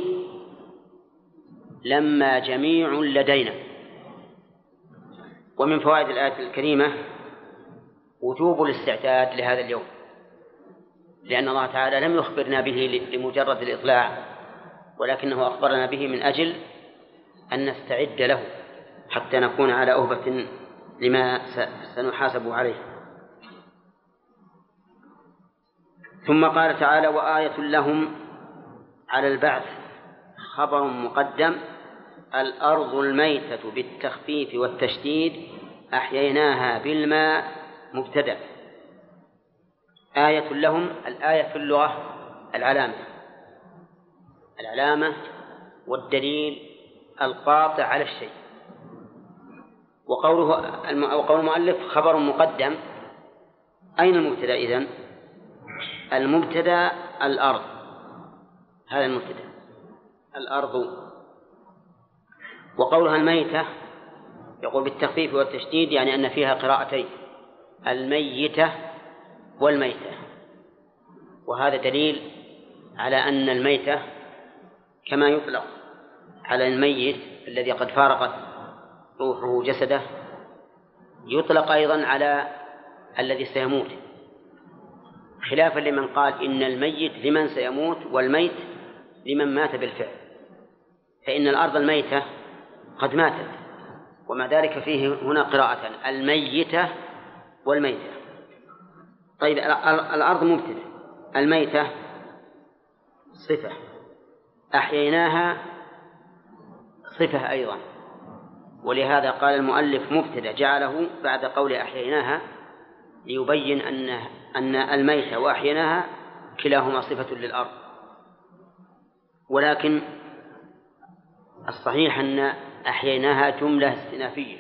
لما جميع لدينا. ومن فوائد الآية الكريمة وجوب الاستعداد لهذا اليوم، لأن الله تعالى لم يخبرنا به لمجرد الإطلاع، ولكنه أخبرنا به من أجل أن نستعد له حتى نكون على أهبة لما سنحاسب عليه. ثم قال تعالى وآية لهم على البعث خبر مقدم الأرض الميتة بالتخفيف والتشديد أحييناها بالماء مبتدأ. آية لهم، الآية في اللغة العلامة والدليل القاطع على الشيء. وقول المؤلف خبر مقدم، أين المبتدأ إذن؟ المبتدأ الأرض، هذا المبتدأ الأرض. وقولها الميتة يقول بالتخفيف والتشديد، يعني أن فيها قراءتين، الميتة والميتة، وهذا دليل على أن الميتة كما يطلق على الميت الذي قد فارقت روحه جسده يطلق أيضا على الذي سيموت، خلافا لمن قال إن الميت لمن سيموت والميت لمن مات بالفعل، فإن الأرض الميتة قد ماتت، ومع ذلك فيه هنا قراءة الميتة والميتة. طيب الأرض مبتدأ، الميتة صفة، أحييناها صفة أيضا، ولهذا قال المؤلف مبتدأ جعله بعد قول أحييناها ليبين أن الميتة وأحييناها كلاهما صفة للأرض. ولكن الصحيح أن أحييناها جملة استئنافية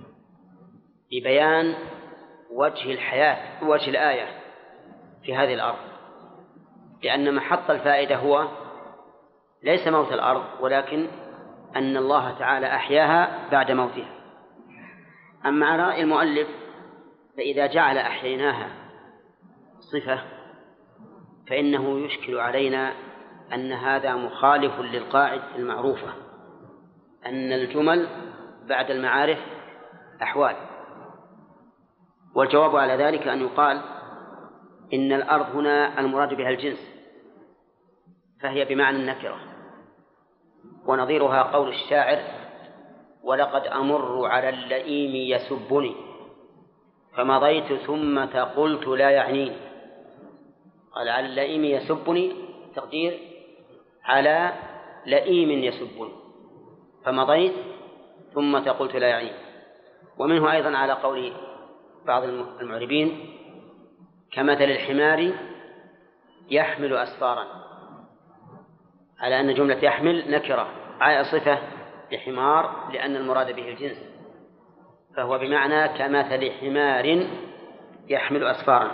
لبيان وجه الحياة وجه الآية في هذه الأرض، لأن محط الفائدة هو ليس موت الأرض، ولكن أن الله تعالى أحياها بعد موتها. أما على رأي المؤلف فإذا جعل أحييناها صفة فإنه يشكل علينا أن هذا مخالف للقاعدة المعروفة أن الجمل بعد المعارف أحوال، والجواب على ذلك أن يقال إن الأرض هنا المراد بها الجنس، فهي بمعنى النكرة، ونظيرها قول الشاعر ولقد أمر على اللئيم يسبني فمضيت ثم قلت لا يعنيني. قال على اللئيم يسبني، تقدير على لئيم يسبني فمضيت ثم قلت لا يعنيني. ومنه أيضا على قول بعض المعربين كمثل الحمار يحمل أسفارا، على أن جملة يحمل نكرة صفة لحمار لأن المراد به الجنس، فهو بمعنى كمثل حمار يحمل أسفارا.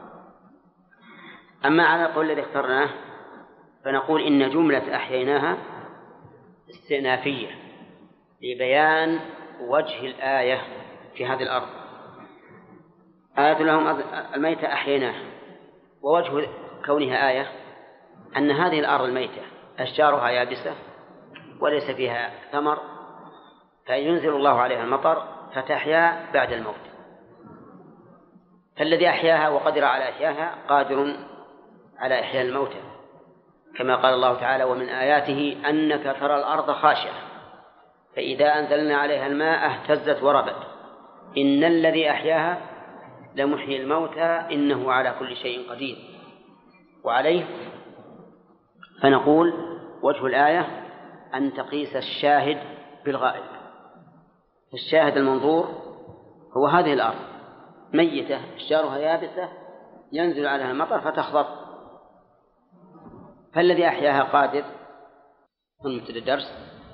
أما على القول الذي اخترناه فنقول إن جملة أحييناها استئنافية لبيان وجه الآية في هذه الأرض. آية لهم الميتة أحييناها، ووجه كونها آية أن هذه الأرض الميتة أشجارها يابسة وليس فيها ثمر، فينزل الله عليها المطر فتحيا بعد الموت. فالذي أحياها وقدر على إحياها قادر على إحياء الموتى، كما قال الله تعالى: ومن آياته أنك ترى الأرض خاشعة فإذا أنزلنا عليها الماء اهتزت وربت إن الذي أحياها لمحيي الموتى إنه على كل شيء قدير. وعليه فنقول وجه الآية أن تقيس الشاهد بالغائب. الشاهد المنظور هو هذه الأرض ميتة أشجارها يابسة ينزل عليها المطر فتخضر، فالذي أحياها قادر. مثل الدرس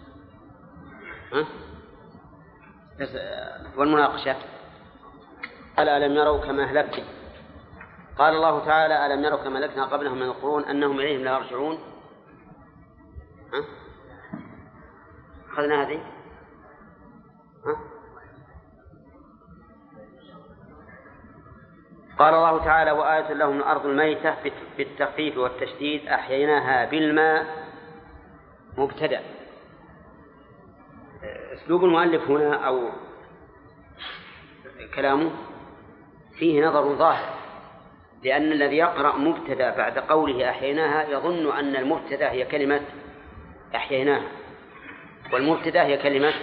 والمناقشة. قال: ألم يروا كما أهلكت. قال الله تعالى: ألم يروا كما أهلكنا قبلهم من القرون أنهم إليهم لا يرجعون. أخذنا هذه. قال الله تعالى: وآية لهم الأرض الميتة بالتخفيف والتشديد أحييناها بالماء. مبتدأ. أسلوب المؤلف هنا أو كلامه فيه نظر ظاهر، لأن الذي يقرأ مبتدأ بعد قوله أحييناها يظن أن المبتدأ هي كلمة أحييناها، والمبتدأ هي كلمة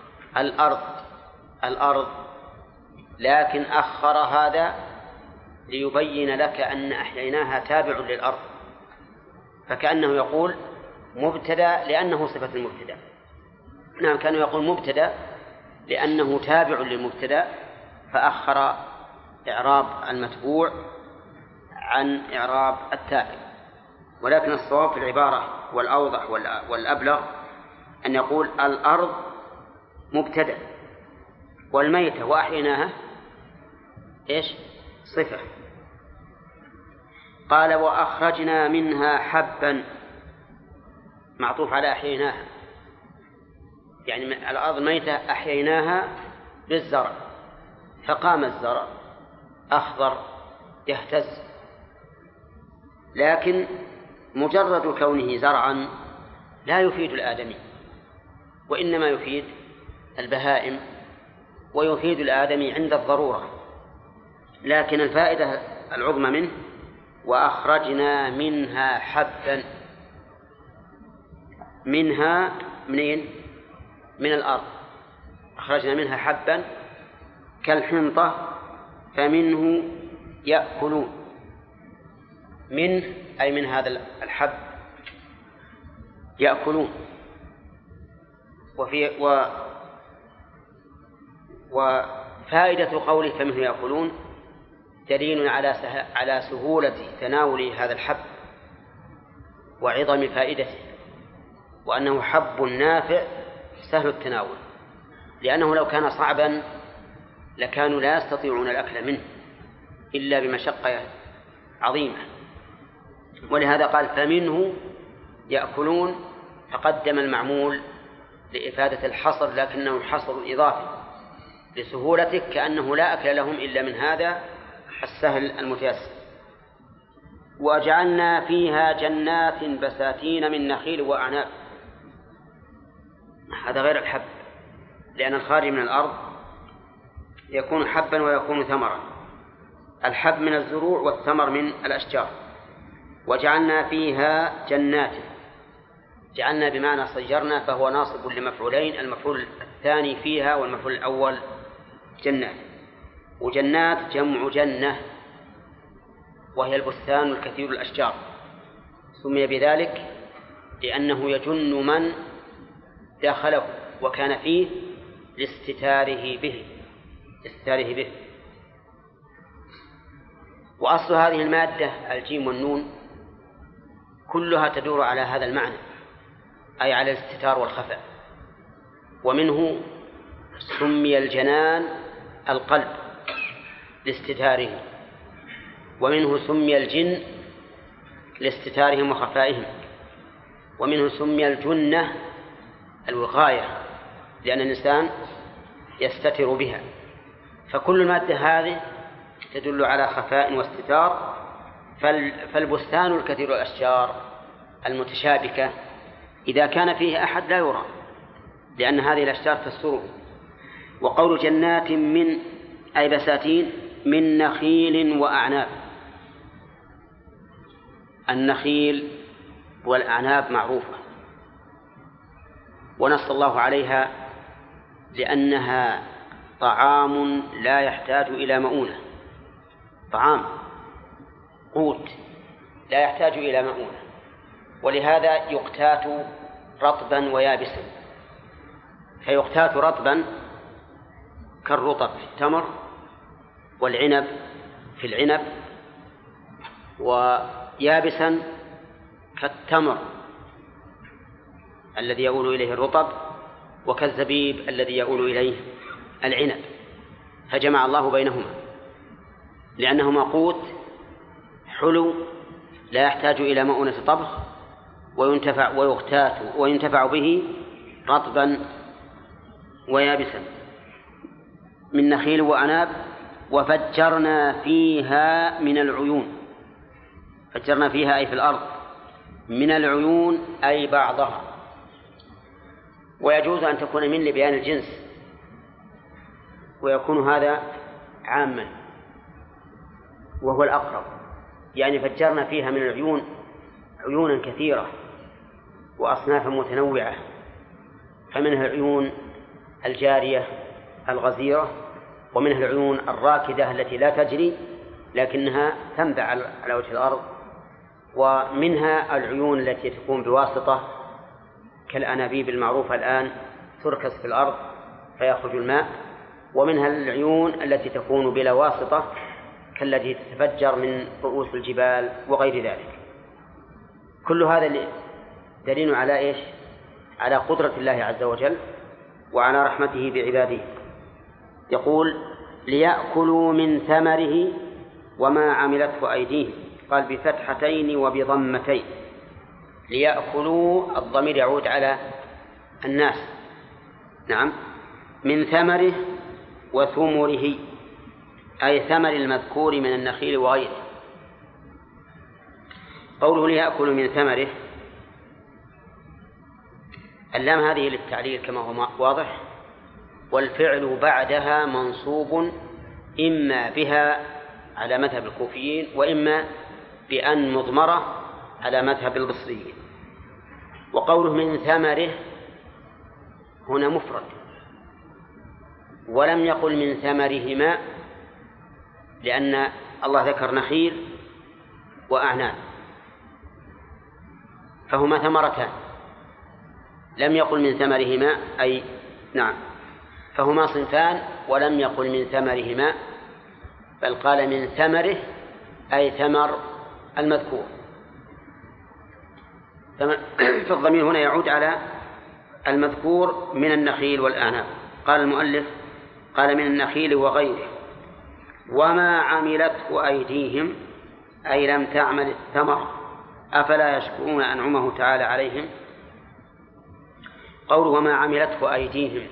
الأرض، لكن أخر هذا ليبين لك أن أحييناها تابع للأرض، فكأنه يقول مبتدأ لأنه صفة المبتدأ. نعم، كانوا يقول مبتدأ لأنه تابع للمبتدأ، فأخر إعراب المتبوع عن إعراب التابع. ولكن الصواب في العبارة والأوضح والأبلغ أن يقول الأرض مبتدأ والميتة وأحييناها إيش؟ صفة. قال: وأخرجنا منها حبا، معطوف على أحييناها، يعني الأرض الميتة أحييناها بالزرع، فقام الزرع أخضر يهتز. لكن مجرد كونه زرعا لا يفيد الآدمي، وإنما يفيد البهائم ويفيد الآدمي عند الضرورة. لكن الفائدة العظمى منه وأخرجنا منها حبا. منها منين؟ من الأرض. أخرجنا منها حبا كالحنطة فمنه يأكلون. منه أي من هذا الحب يأكلون. وفائدة قوله فمنه يأكلون دليل على سهولة تناول هذا الحب وعظم فائدته، وأنه حب نافع سهل التناول، لأنه لو كان صعبا لكانوا لا يستطيعون الأكل منه إلا بمشقة عظيمة. ولهذا قال فمنه يأكلون، فقدم المعمول لإفادة الحصر، لكنه حصر إضافي لسهولته، كأنه لا أكل لهم إلا من هذا السهل المتيسر. وجعلنا فيها جنات بساتين من نخيل وأعناب. هذا غير الحب، لأن الخارج من الأرض يكون حبا ويكون ثمرا. الحب من الزروع والثمر من الأشجار. وجعلنا فيها جنات. جعلنا بمعنى صيرنا، فهو ناصب لمفعولين، المفعول الثاني فيها والمفعول الأول جنات. وجنات جمع جنة، وهي البستان الكثير الأشجار. سمي بذلك لأنه يجن من دخله وكان فيه لاستتاره به. وأصل هذه المادة الجيم والنون كلها تدور على هذا المعنى، أي على الاستتار والخفاء. ومنه سمي الجنان القلب لاستتاره، ومنه سمي الجن لاستتارهم وخفائهم، ومنه سمي الجنة الوقاية لأن الإنسان يستتر بها. فكل المادة هذه تدل على خفاء واستتار. فالبستان الكثير الأشجار المتشابكة إذا كان فيه أحد لا يرى، لأن هذه الأشجار تستره. وقول جنات من أي بساتين من نخيل وأعناب. النخيل والأعناب معروفة، ونص الله عليها لأنها طعام لا يحتاج إلى مؤونة، طعام قوت لا يحتاج إلى مؤونة، ولهذا يقتات رطبا ويابسا. فيقتات رطبا كالرطب في التمر، والعنب في العنب، ويابسا كالتمر الذي يؤول إليه الرطب، وكالزبيب الذي يؤول إليه العنب. فجمع الله بينهما لأنهما قوت حلو لا يحتاج إلى مؤونة طبخ، وينتفع به رطبا ويابسا. من نخيل وأعناب. وفجرنا فيها من العيون. فجرنا فيها أي في الأرض، من العيون أي بعضها. ويجوز أن تكون من لبيان الجنس، ويكون هذا عاما وهو الأقرب. يعني فجرنا فيها من العيون عيونا كثيرة وأصنافا متنوعة، فمنها العيون الجارية الغزيرة، ومنها العيون الراكدة التي لا تجري لكنها تنبع على وجه الأرض، ومنها العيون التي تكون بواسطة كالأنابيب المعروفة الآن تركز في الأرض فيخرج الماء، ومنها العيون التي تكون بلا واسطة كالتي تتفجر من رؤوس الجبال وغير ذلك. كل هذا دليل على إيش؟ على قدرة الله عز وجل وعلى رحمته بعباده. يقول ليأكلوا من ثمره وما عملته أيديهم، قال بفتحتين وبضمتين. ليأكلوا الضمير يعود على الناس، نعم، من ثمره وثمره أي ثمر المذكور من النخيل وغيره. قوله ليأكلوا من ثمره، اللام هذه للتعليل كما هو واضح، والفعل بعدها منصوب إما بها على مذهب الكوفيين وإما بأن مضمرة على مذهب البصريين. وقوله من ثمره هنا مفرد، ولم يقل من ثمرهما، لأن الله ذكر نخيل وأعناب فهما ثمرتان، لم يقل من ثمرهما أي نعم فهما صنفان، ولم يقل من ثمرهما بل قال من ثمره أي ثمر المذكور. فالضمير هنا يعود على المذكور من النخيل والأعناب. قال المؤلف قال من النخيل وغيره. وما عملته أيديهم أي لم تعمل الثمر أفلا يشكرون أنعمه تعالى عليهم. قول وما عملته أيديهم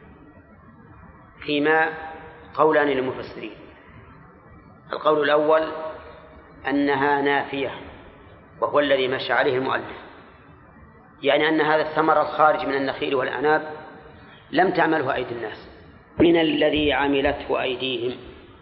فيما قولان للمفسرين. القول الأول أنها نافية وهو الذي مشى عليه المؤلف، يعني أن هذا الثمر الخارج من النخيل والأعناب لم تعمله أيدي الناس، من الذي عملته أيديهم،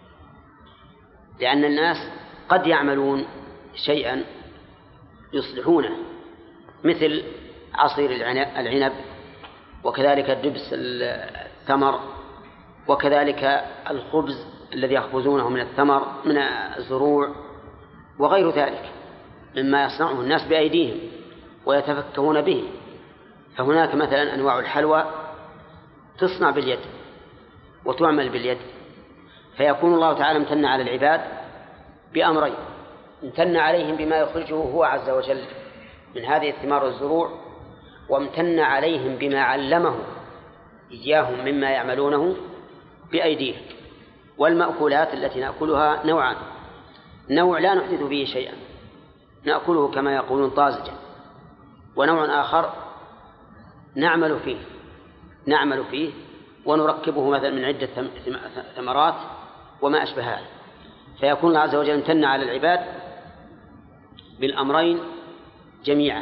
لأن الناس قد يعملون شيئا يصلحونه مثل عصير العنب، وكذلك دبس الثمر، وكذلك الخبز الذي يخبزونه من الثمر من الزروع وغير ذلك مما يصنعه الناس بأيديهم ويتفكهون به. فهناك مثلا أنواع الحلوى تصنع باليد وتعمل باليد، فيكون الله تعالى امتن على العباد بأمرين: امتن عليهم بما يخرجه هو عز وجل من هذه الثمار والزروع، وامتن عليهم بما علمه إياهم مما يعملونه بأيديهم. والمأكولات التي نأكلها نوعان: نوع لا نحدث به شيئا نأكله كما يقولون طازجا، ونوع آخر نعمل فيه نعمل فيه ونركبه مثلا من عدة ثمرات وما أشبه هذا، فيكون الله عز وجل امتن على العباد بالأمرين جميعا.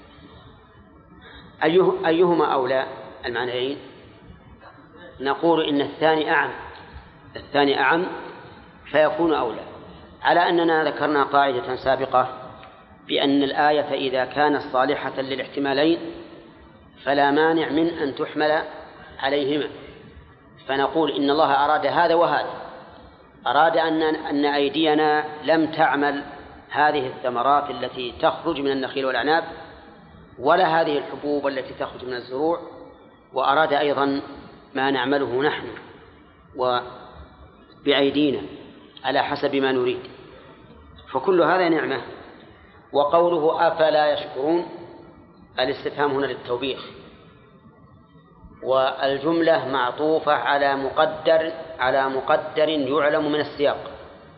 أيهما أولى المعنيين؟ نقول إن الثاني أعم فيكون أولى، على أننا ذكرنا قاعدة سابقة بأن الآية إذا كانت صالحة للاحتمالين فلا مانع من أن تحمل عليهما، فنقول إن الله أراد هذا وهذا، أراد أن أيدينا لم تعمل هذه الثمرات التي تخرج من النخيل والأعناب ولا هذه الحبوب التي تخرج من الزروع، وأراد أيضا ما نعمله نحن وبأيدينا على حسب ما نريد، فكل هذا نعمة. وقوله أفلا يشكرون الاستفهام هنا للتوبيخ، والجملة معطوفة على مقدر يعلم من السياق،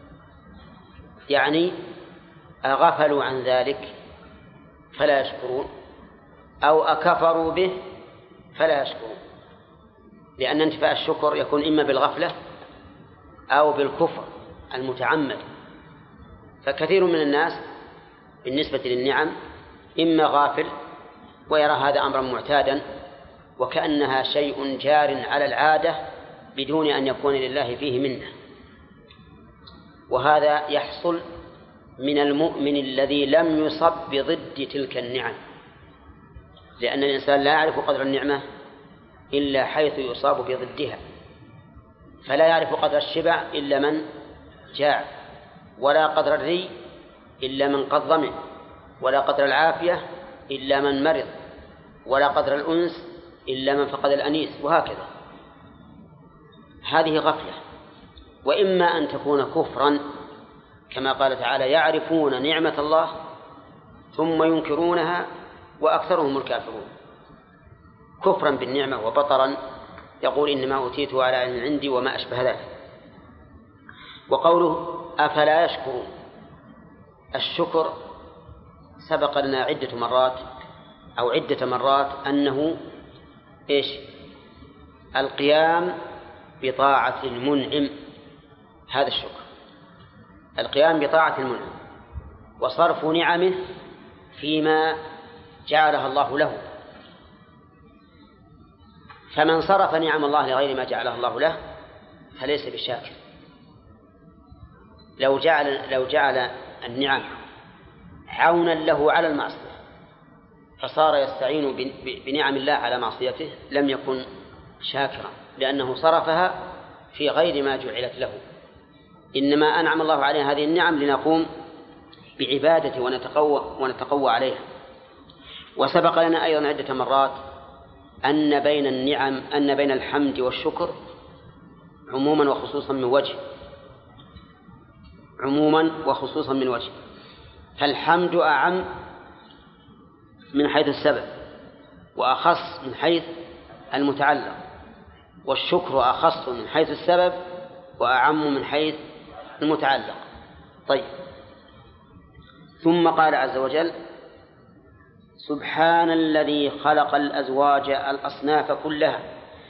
يعني أغفلوا عن ذلك فلا يشكرون أو أكفروا به فلا يشكرون، لأن انتفاء الشكر يكون إما بالغفلة أو بالكفر المتعمد. فكثير من الناس بالنسبة للنعم إما غافل ويرى هذا أمرا معتادا وكأنها شيء جار على العادة بدون أن يكون لله فيه منه، وهذا يحصل من المؤمن الذي لم يصب بضد تلك النعم، لأن الإنسان لا يعرف قدر النعمة إلا حيث يصاب بضدها، فلا يعرف قدر الشبع إلا من جاع، ولا قدر الري إلا من قد ظمئ، ولا قدر العافية إلا من مرض، ولا قدر الأنس إلا من فقد الأنيس، وهكذا. هذه غفلة، وإما أن تكون كفرا كما قال تعالى يعرفون نعمة الله ثم ينكرونها وأكثرهم الكافرون، كفرا بالنعمة وبطرا يقول إنما أوتيته على علم عندي وما أشبه ذلك. وقوله أفلا يشكرون، الشكر سبق لنا عدة مرات أنه القيام بطاعة المنعم، هذا الشكر القيام بطاعة المنعم وصرف نعمه فيما جعلها الله له، فمن صرف نعم الله لغير ما جعلها الله له فليس بشاكر. لو جعل النعم عونا له على المعصية فصار يستعين بنعم الله على معصيته لم يكن شاكرا، لأنه صرفها في غير ما جعلت له. إنما أنعم الله علينا هذه النعم لنقوم بعبادته ونتقوى عليها. وسبق لنا أيضا عدة مرات أن بين الحمد والشكر عموما وخصوصا من وجه، فالحمد أعم من حيث السبب وأخص من حيث المتعلق، والشكر أخص من حيث السبب وأعم من حيث المتعلق. طيب، ثم قال عز وجل سبحان الذي خلق الأزواج الأصناف كلها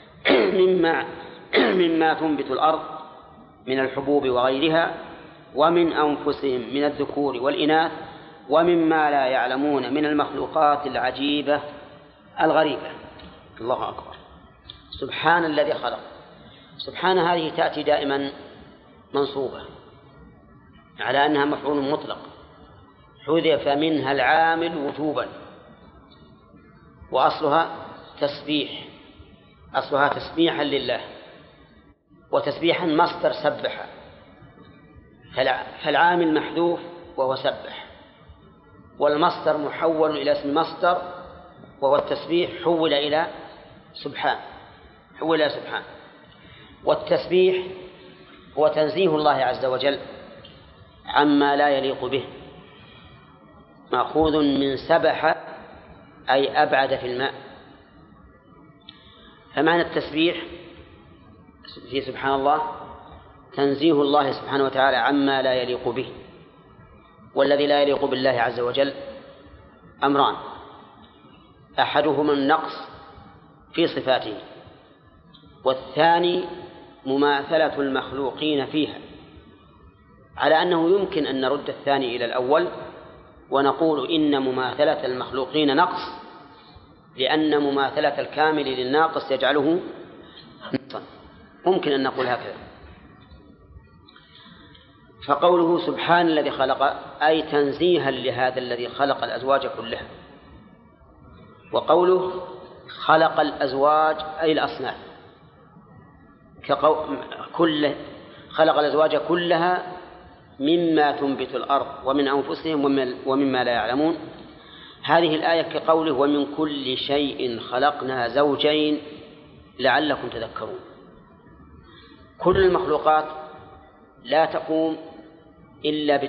مما تنبت الأرض من الحبوب وغيرها ومن أنفسهم من الذكور والإناث ومما لا يعلمون من المخلوقات العجيبة الغريبة. الله أكبر. سبحان الذي خلق. سبحان هذه تأتي دائما منصوبة على أنها مفعول مطلق، حذف منها العامل وجوبا، وأصلها تسبيحا لله، وتسبيحا مصدر سبح، فالعامل محذوف وهو سبح، والمصدر محول إلى اسم مصدر وهو التسبيح حول إلى سبحان. والتسبيح هو تنزيه الله عز وجل عما لا يليق به، مأخوذ من سبح أي أبعد في الماء. فمعنى التسبيح في سبحان الله تنزيه الله سبحانه وتعالى عما لا يليق به، والذي لا يليق بالله عز وجل أمران: أحدهما النقص في صفاته والثاني مماثلة المخلوقين فيها، على أنه يمكن أن نرد الثاني إلى الأول ونقول إن مماثلة المخلوقين نقص، لأن مماثلة الكامل للناقص يجعله نقصا، ممكن أن نقول هكذا. فقوله سبحان الذي خلق أي تنزيها لهذا الذي خلق الأزواج كلها، وقوله خلق الأزواج أي الأصناف، خلق الأزواج كلها مما تنبت الأرض ومن أنفسهم ومما لا يعلمون. هذه الآية كقوله ومن كل شيء خلقنا زوجين لعلكم تذكرون. كل المخلوقات لا تقوم إلا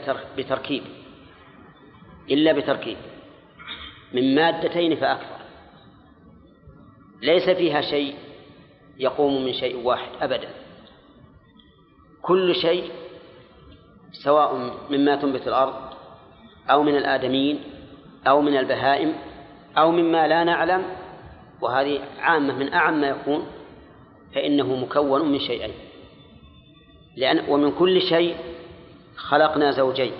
بتركيب من مادتين فأكثر، ليس فيها شيء يقوم من شيء واحد أبدا. كل شيء سواء مما تنبت الأرض أو من الآدمين أو من البهائم أو مما لا نعلم، وهذه عامة من أعم ما يكون، فإنه مكون من شيئين. ومن كل شيء خلقنا زوجين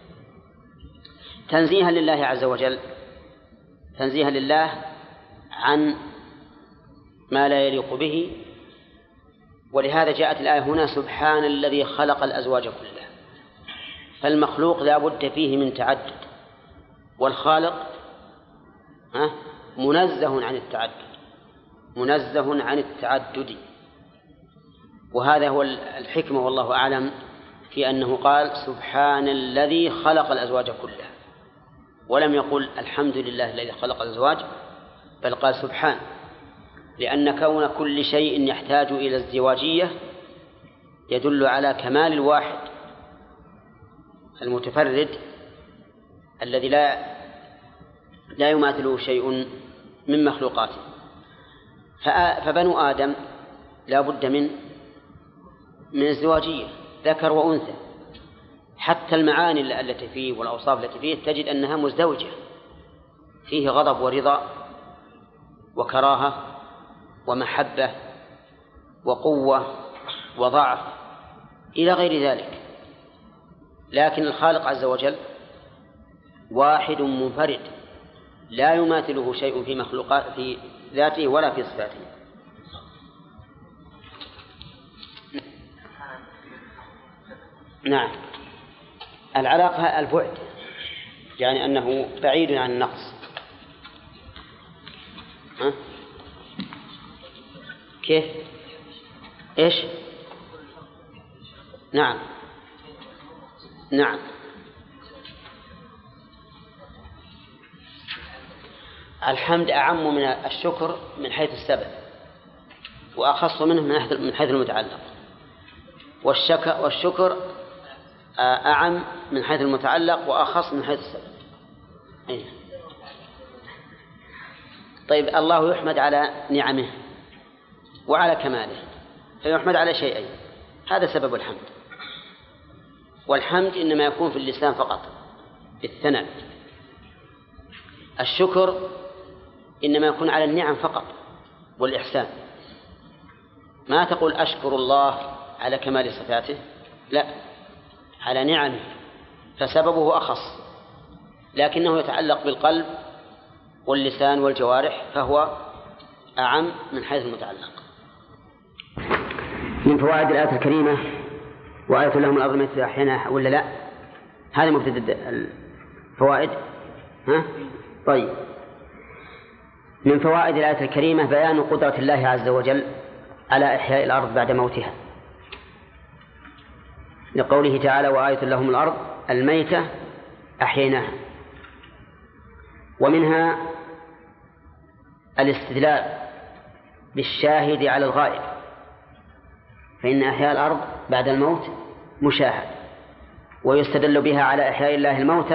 تنزيها لله عز وجل، تنزيها لله عن ما لا يليق به. ولهذا جاءت الآية هنا سبحان الذي خلق الأزواج كلها. فالمخلوق لا بد فيه من تعدد، والخالق منزه عن التعدد، وهذا هو الحكمة والله أعلم في أنه قال سبحان الذي خلق الأزواج كلها، ولم يقل الحمد لله الذي خلق الأزواج، بل قال سبحان، لأن كون كل شيء يحتاج إلى ازدواجية يدل على كمال الواحد المتفرد الذي لا يماثله شيء من مخلوقاته. فبنو آدم لا بد من ازدواجية، ذكر وأنثى. حتى المعاني التي فيه والأوصاف التي فيه تجد أنها مزدوجة، فيه غضب ورضا وكراهة ومحبة وقوة وضعف إلى غير ذلك. لكن الخالق عز وجل واحد منفرد لا يماثله شيء في مخلوقات في ذاته ولا في صفاته. نعم، العلاقة البعد، يعني أنه بعيد عن النقص. كيف؟ إيش؟ نعم الحمد أعم من الشكر من حيث السبب، وأخص منه من حيث المتعلق، والشكر أعم من حيث المتعلق وأخص من حيث السبب. طيب، الله يحمد على نعمه وعلى كماله، فيحمد على شيئين، هذا سبب الحمد. والحمد إنما يكون في اللسان فقط بالثناء، الشكر إنما يكون على النعم فقط والإحسان. ما تقول أشكر الله على كمال صفاته، لا، على نعمه، فسببه أخص، لكنه يتعلق بالقلب واللسان والجوارح، فهو أعم من حيث المتعلق. من فوائد الآية الكريمة وآية لهم الأرض مثل أحيانها، ولا لا؟ هذا مبتدأ الفوائد. طيب، من فوائد الآية الكريمة بيان قدرة الله عز وجل على إحياء الأرض بعد موتها، لقوله تعالى وآية لهم الأرض الميتة أحييناها. ومنها الاستدلال بالشاهد على الغائب، فإن إحياء الأرض بعد الموت مشاهد، ويستدل بها على إحياء الله الموتى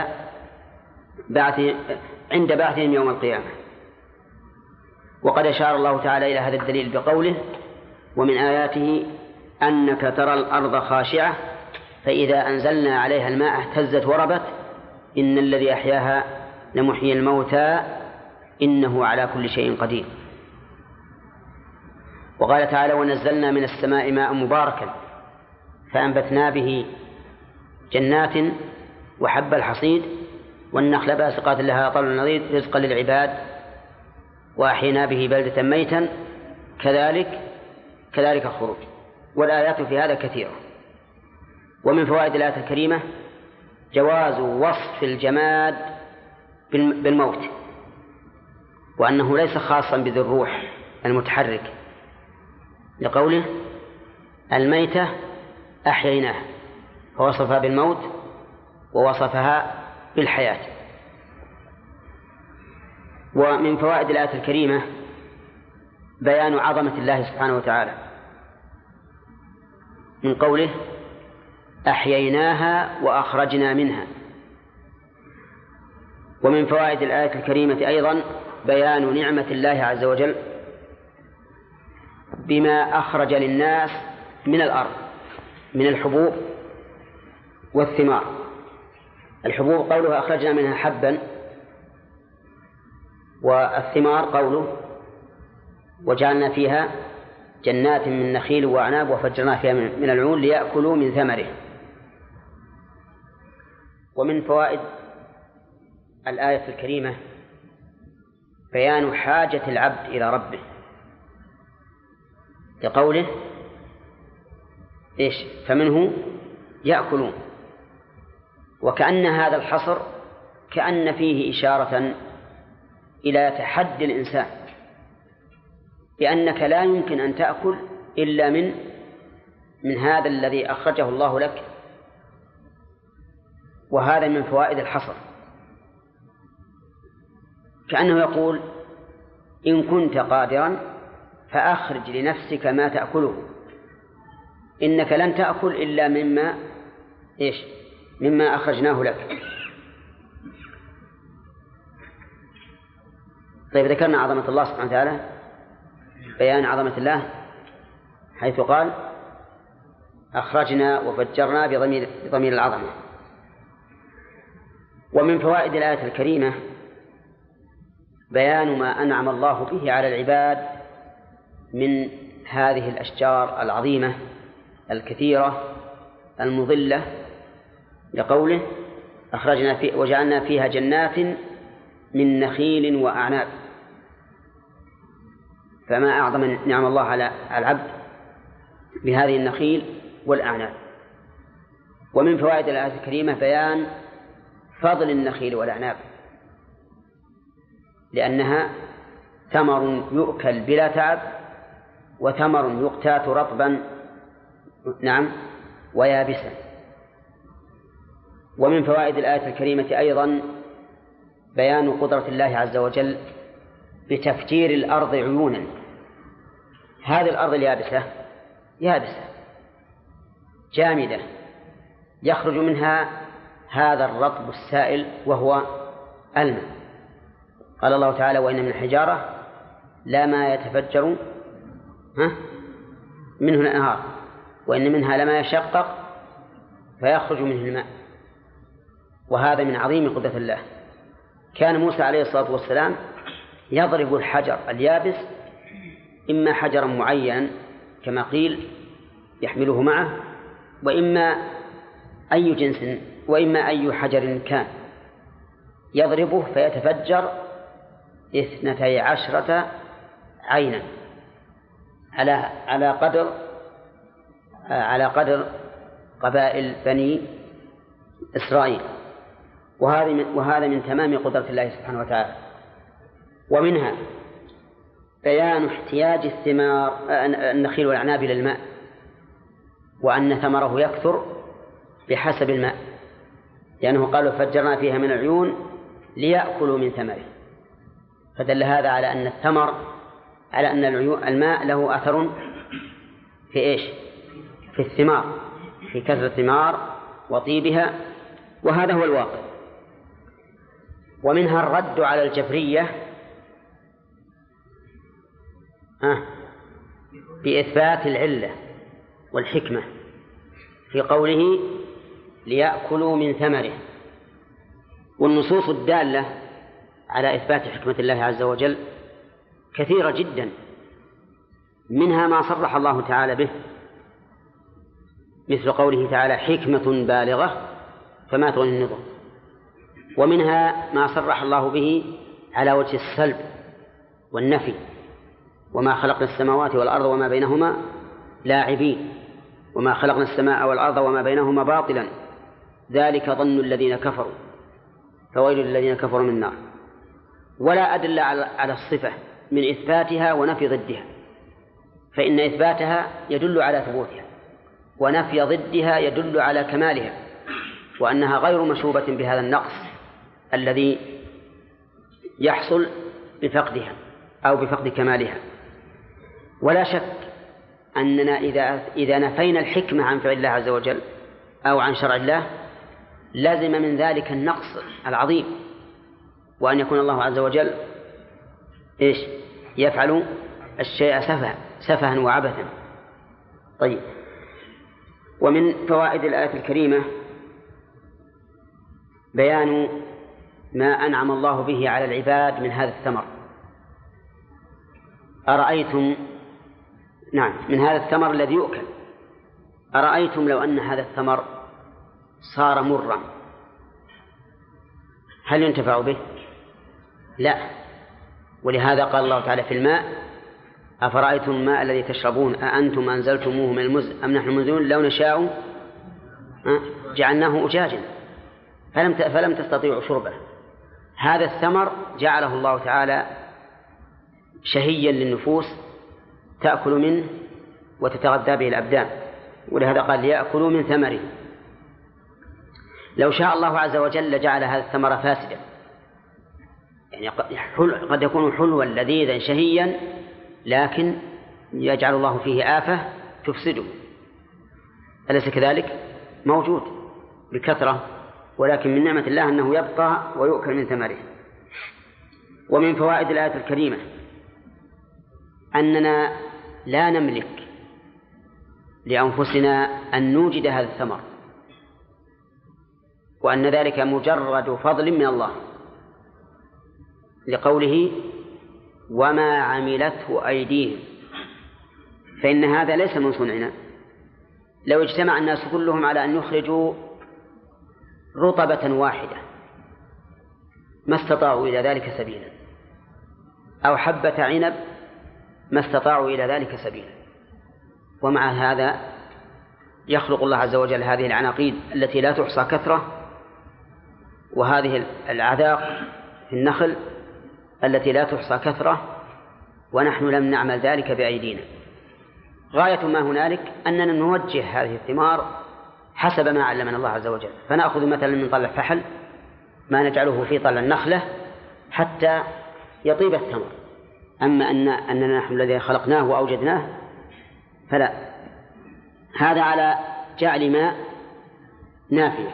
عند بعثهم يوم القيامة. وقد أشار الله تعالى إلى هذا الدليل بقوله ومن آياته أنك ترى الأرض خاشعة فإذا أنزلنا عليها الماء اهتزت وربت إن الذي أحياها لمحيي الموتى إنه على كل شيء قدير. وقال تعالى ونزلنا من السماء ماء مباركا فأنبتنا به جنات وحب الحصيد والنخل باسقات لها طلع نضيد رزقا للعباد وأحيينا به بلدة ميتا كذلك الخروج. والآيات في هذا كثيرة. ومن فوائد الآية الكريمة جواز وصف الجماد بالموت، وأنه ليس خاصا بذي الروح المتحرك، لقوله الميتة أحييناها، فوصفها بالموت ووصفها بالحياة. ومن فوائد الآية الكريمة بيان عظمة الله سبحانه وتعالى من قوله أحييناها وأخرجنا منها. ومن فوائد الآية الكريمة أيضا بيان نعمة الله عز وجل بما أخرج للناس من الأرض من الحبوب والثمار. الحبوب قوله أخرجنا منها حبا، والثمار قوله وجعلنا فيها جنات من نخيل وأعناب وفجرنا فيها من العيون ليأكلوا من ثمره. ومن فوائد الآية الكريمة بيان حاجة العبد إلى ربه، لقوله فمنه يأكلون، وكأن هذا الحصر كأن فيه إشارة إلى تحدي الإنسان بأنك لا يمكن أن تأكل إلا من هذا الذي أخرجه الله لك. وهذا من فوائد الحصر، كأنه يقول إن كنت قادرا فأخرج لنفسك ما تأكله، إنك لن تأكل إلا مما أخرجناه لك. طيب، ذكرنا عظمة الله سبحانه وتعالى، بيان عظمة الله حيث قال أخرجنا وفجرنا بضمير العظمة. ومن فوائد الآية الكريمة بيان ما أنعم الله به على العباد من هذه الأشجار العظيمة الكثيرة المظلة، لقوله وجعلنا فيها جنات من نخيل وأعناب. فما أعظم نعم الله على العبد بهذه النخيل والأعناب. ومن فوائد الآية الكريمة بيان فضل النخيل والأعناب، لأنها ثمر يؤكل بلا تعب، وثمر يقتات رطبا ويابسا. ومن فوائد الآية الكريمة أيضا بيان قدرة الله عز وجل بتفجير الأرض عيونا. هذه الأرض يابسة جامدة يخرج منها هذا الرطب السائل وهو الماء. قال الله تعالى وإن من الحجارة لما يتفجر منه الأنهار وإن منها لما يشقق فيخرج منه الماء. وهذا من عظيم قدرة الله. كان موسى عليه الصلاة والسلام يضرب الحجر اليابس، إما حجرا معينا كما قيل يحمله معه، وإما أي جنس، وإما أي حجر كان يضربه فيتفجر 12 عينا على قدر قبائل بني إسرائيل. وهذا من تمام قدرة الله سبحانه وتعالى. ومنها بيان احتياج النخيل والأعناب إلى الماء، وأن ثمره يكثر بحسب الماء، لأنه قالوا فجرنا فيها من العيون ليأكلوا من ثمره. فدل هذا على أن الماء له أثر في الثمار، في كثرة الثمار وطيبها، وهذا هو الواقع. ومنها الرد على الجبرية بإثبات العلة والحكمة في قوله ليأكلوا من ثمره. والنصوص الدالة على إثبات حكمة الله عز وجل كثيرة جدا، منها ما صرح الله تعالى به مثل قوله تعالى حكمة بالغة فما تغني النظر، ومنها ما صرح الله به على وجه السلب والنفي وما خلقنا السماوات والأرض وما بينهما لاعبين وما خلقنا السماء والأرض وما بينهما باطلا ذلك ظن الذين كفروا فويل للذين كفروا من النار. ولا أدل على الصفة من إثباتها ونفي ضدها، فإن إثباتها يدل على ثبوتها ونفي ضدها يدل على كمالها وأنها غير مشوبة بهذا النقص الذي يحصل بفقدها أو بفقد كمالها. ولا شك أننا إذا نفينا الحكمة عن فعل الله عز وجل أو عن شرع الله لازم من ذلك النقص العظيم، وأن يكون الله عز وجل يفعل الشيء سفها وعبثا. طيب، ومن فوائد الآية الكريمة بيان ما أنعم الله به على العباد من هذا الثمر. أرأيتم من هذا الثمر الذي يؤكل، أرأيتم لو أن هذا الثمر صار مرا هل ينتفع به؟ لا. ولهذا قال الله تعالى في الماء أفرأيتم الماء الذي تشربون أأنتم أنزلتموه من المزن أم نحن المنزلون لو نشاء جعلناه أجاجا فلم تستطيعوا شربه. هذا الثمر جعله الله تعالى شهيا للنفوس تأكل منه وتتغذى به الأبدان، ولهذا قال ليأكلوا من ثمره. لو شاء الله عز وجل لجعل هذا الثمر فاسدا، يعني قد يكون حلوا لذيذا شهيا لكن يجعل الله فيه آفة تفسده، أليس كذلك؟ موجود بكثرة، ولكن من نعمة الله أنه يبقى ويؤكل من ثمره. ومن فوائد الآية الكريمة أننا لا نملك لأنفسنا أن نوجد هذا الثمر، وأن ذلك مجرد فضل من الله، لقوله وما عملته أيديهم، فإن هذا ليس من صنعنا. لو اجتمع الناس كلهم على أن يخرجوا رطبة واحدة ما استطاعوا إلى ذلك سبيلا، أو حبة عنب ما استطاعوا إلى ذلك سبيلا. ومع هذا يخلق الله عز وجل هذه العناقيد التي لا تحصى كثرة، وهذه العذاق في النخل التي لا تحصى كثرة، ونحن لم نعمل ذلك بأيدينا. غاية ما هنالك أننا نوجه هذه الثمار حسب ما علمنا الله عز وجل، فنأخذ مثلا من طلع فحل ما نجعله في طلع النخلة حتى يطيب الثمر. أما أننا نحن الذي خلقناه وأوجدناه فلا. هذا على جعل ما نافية.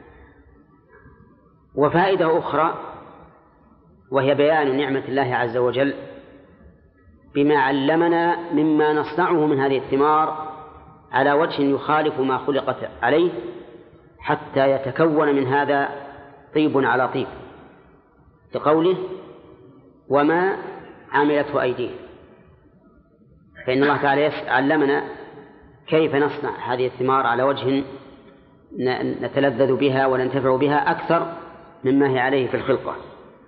وفائدة أخرى وهي بيان نعمة الله عز وجل بما علمنا مما نصنعه من هذه الثمار على وجه يخالف ما خلقت عليه حتى يتكون من هذا طيب على طيب، لقوله وما عملته أيديهم. فإن الله تعالى علمنا كيف نصنع هذه الثمار على وجه نتلذذ بها وننتفع بها أكثر مما هي عليه في الخلقة.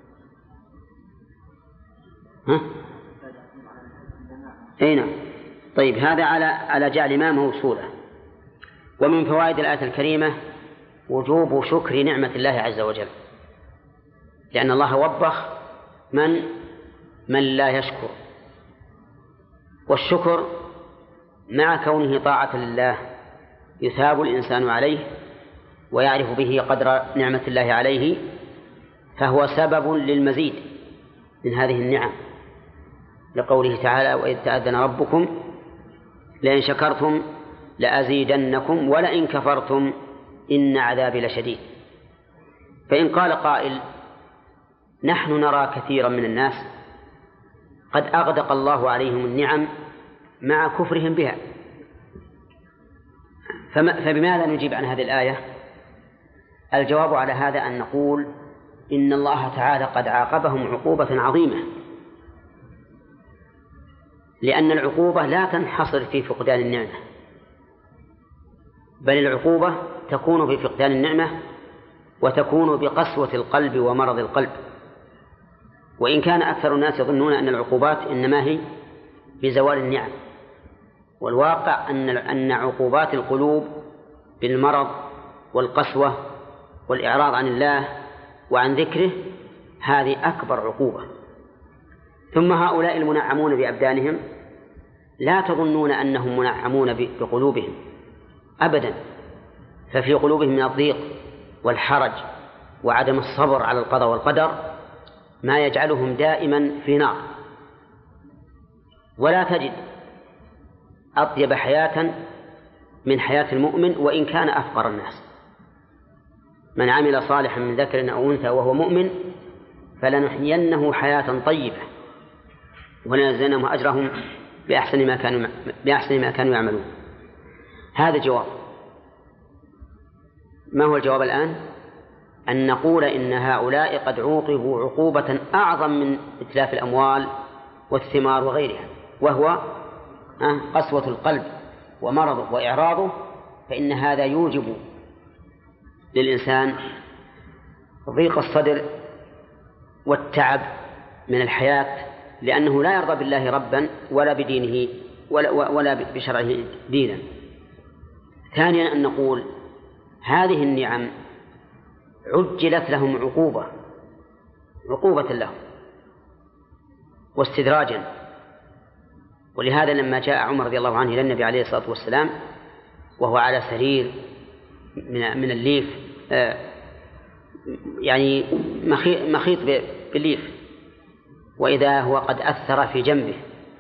نعم. طيب، هذا على جعل ما موصولة. ومن فوائد الآية الكريمة وجوب شكر نعمة الله عز وجل، لأن الله وبخ من لا يشكر، والشكر مع كونه طاعة لله يثاب الإنسان عليه ويعرف به قدر نعمة الله عليه، فهو سبب للمزيد من هذه النعم، لقوله تعالى وإذ تأذن ربكم لئن شكرتم لأزيدنكم ولئن كفرتم إن عذابي لشديد. فإن قال قائل نحن نرى كثيرا من الناس قد أغدق الله عليهم النعم مع كفرهم بها، فبماذا نجيب عن هذه الآية؟ الجواب على هذا أن نقول إن الله تعالى قد عاقبهم عقوبة عظيمة، لأن العقوبة لا تنحصر في فقدان النعمة، بل العقوبة تكون في فقدان النعمة وتكون بقسوة القلب ومرض القلب. وإن كان أكثر الناس يظنون أن العقوبات إنما هي بزوال النعم، والواقع أن عقوبات القلوب بالمرض والقسوة والإعراض عن الله وعن ذكره هذه أكبر عقوبة. ثم هؤلاء المنعمون بأبدانهم لا تظنون أنهم منعمون بقلوبهم أبدا، ففي قلوبهم من الضيق والحرج وعدم الصبر على القضاء والقدر ما يجعلهم دائما في نار. ولا تجد أطيب حياة من حياة المؤمن وإن كان أفقر الناس. من عمل صالحا من ذكر أو أنثى وهو مؤمن فلنحيينه حياة طيبة ولنجزينهم أجرهم بأحسن ما كانوا يعملون. هذا جواب. ما هو الجواب الآن؟ أن نقول إن هؤلاء قد عوقبوا عقوبة أعظم من إتلاف الأموال والثمار وغيرها، وهو قسوة القلب ومرضه وإعراضه. فإن هذا يوجب للإنسان ضيق الصدر والتعب من الحياة، لأنه لا يرضى بالله ربا ولا بدينه ولا بشرعه دينا. ثانيا أن نقول هذه النعم عجلت لهم عقوبة لهم واستدراجا. ولهذا لما جاء عمر رضي الله عنه إلى النبي عليه الصلاة والسلام وهو على سرير من الليف، يعني مخيط بالليف، وإذا هو قد أثر في جنبه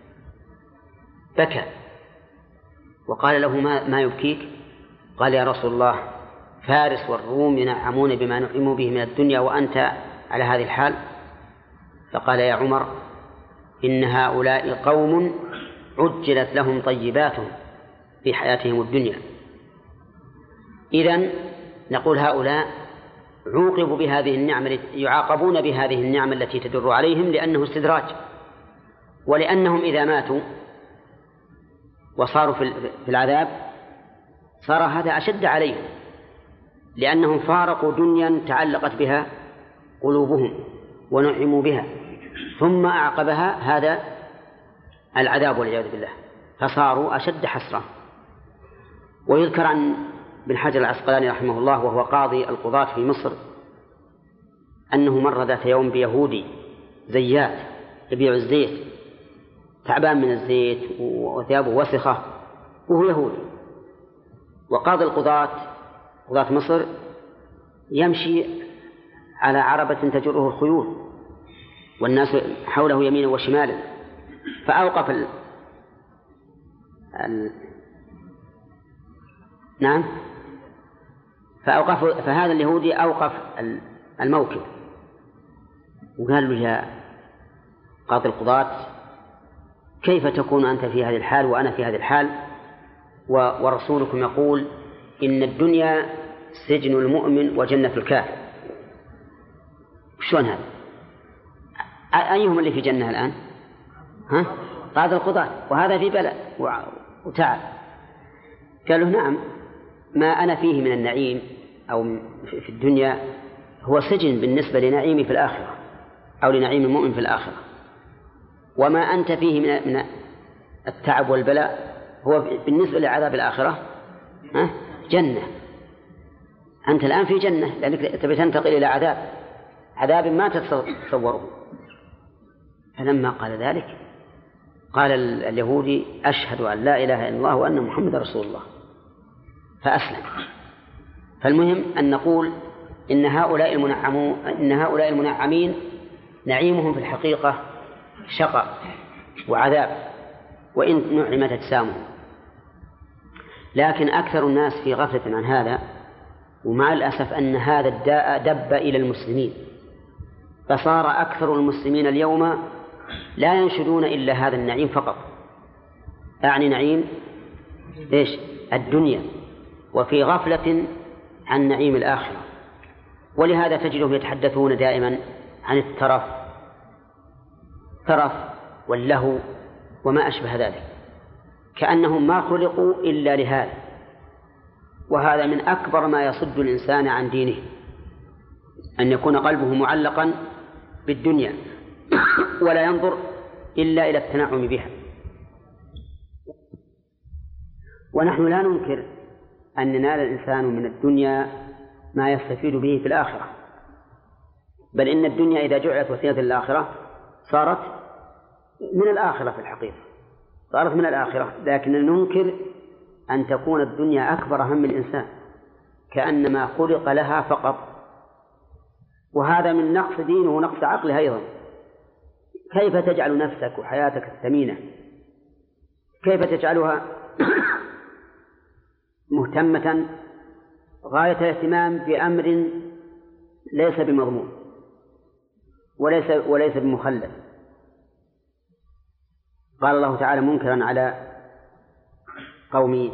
بكى وقال له ما يبكيك؟ قال يا رسول الله فارس والروم ينعمون بما نعموا به من الدنيا وأنت على هذه الحال. فقال يا عمر إن هؤلاء قوم عجلت لهم طيباتهم في حياتهم الدنيا. إذن نقول هؤلاء عوقبوا بهذه النعمة، يعاقبون بهذه النعمة التي تدر عليهم لأنه استدراج، ولأنهم إذا ماتوا وصاروا في العذاب صار هذا أشد عليهم، لأنهم فارقوا دنيا تعلقت بها قلوبهم ونعموا بها، ثم أعقبها هذا العذاب والعياذ بالله، فصاروا أشد حسرة. ويذكر عن بن حجر العسقلاني رحمه الله وهو قاضي القضاة في مصر أنه مر ذات يوم بيهودي زيات يبيع الزيت، تعبان من الزيت وثيابه وسخة وهو يهودي، وقاضي قضاة مصر يمشي على عربة تجره الخيول والناس حوله يمينا وشمالا، فأوقف فهذا اليهودي أوقف الموكب وقال له يا قاضي القضاة كيف تكون أنت في هذه الحال وأنا في هذه الحال ورسولكم يقول إن الدنيا سجن المؤمن وجنة الكافر؟ شلون هذا؟ أيهم اللي في جنة الآن؟ قاضي القضاة، وهذا في بلاء وتعب. قال له نعم، ما أنا فيه من النعيم أو في الدنيا هو سجن بالنسبة لنعيمي في الآخرة أو لنعيم المؤمن في الآخرة، وما أنت فيه من التعب والبلاء هو بالنسبة لعذاب الآخرة جنة. أنت الآن في جنة لأنك تبي تنتقل إلى عذاب ما تتصوره. فلما قال ذلك قال اليهودي أشهد أن لا إله إلا الله وأن محمد رسول الله، فأسلم. فالمهم أن نقول إن هؤلاء المنعمين نعيمهم في الحقيقة شقاء وعذاب وإن نعمت أجسامهم، لكن أكثر الناس في غفلة عن هذا. ومع الأسف أن هذا الداء دب إلى المسلمين، فصار أكثر المسلمين اليوم لا ينشدون إلا هذا النعيم فقط، أعني نعيم الدنيا، وفي غفلة عن نعيم الآخرة. ولهذا تجدهم يتحدثون دائما عن الترف واللهو وما أشبه ذلك، كأنهم ما خلقوا إلا لهذا. وهذا من أكبر ما يصد الإنسان عن دينه، أن يكون قلبه معلقا بالدنيا ولا ينظر إلا إلى التنعم بها. ونحن لا ننكر أن ينال الإنسان من الدنيا ما يستفيد به في الآخرة، بل إن الدنيا إذا جعلت وسيلة للآخرة صارت من الآخرة في الحقيقة، صارت من الآخرة، لكن ننكر أن تكون الدنيا أكبر هم الإنسان كأنما خلق لها فقط. وهذا من نقص دينه ونقص عقله أيضا. كيف تجعل نفسك وحياتك الثمينة، كيف تجعلها مهتمة غاية الاهتمام بأمر ليس بمضمون وليس بمخلد؟ قال الله تعالى منكرا على قوم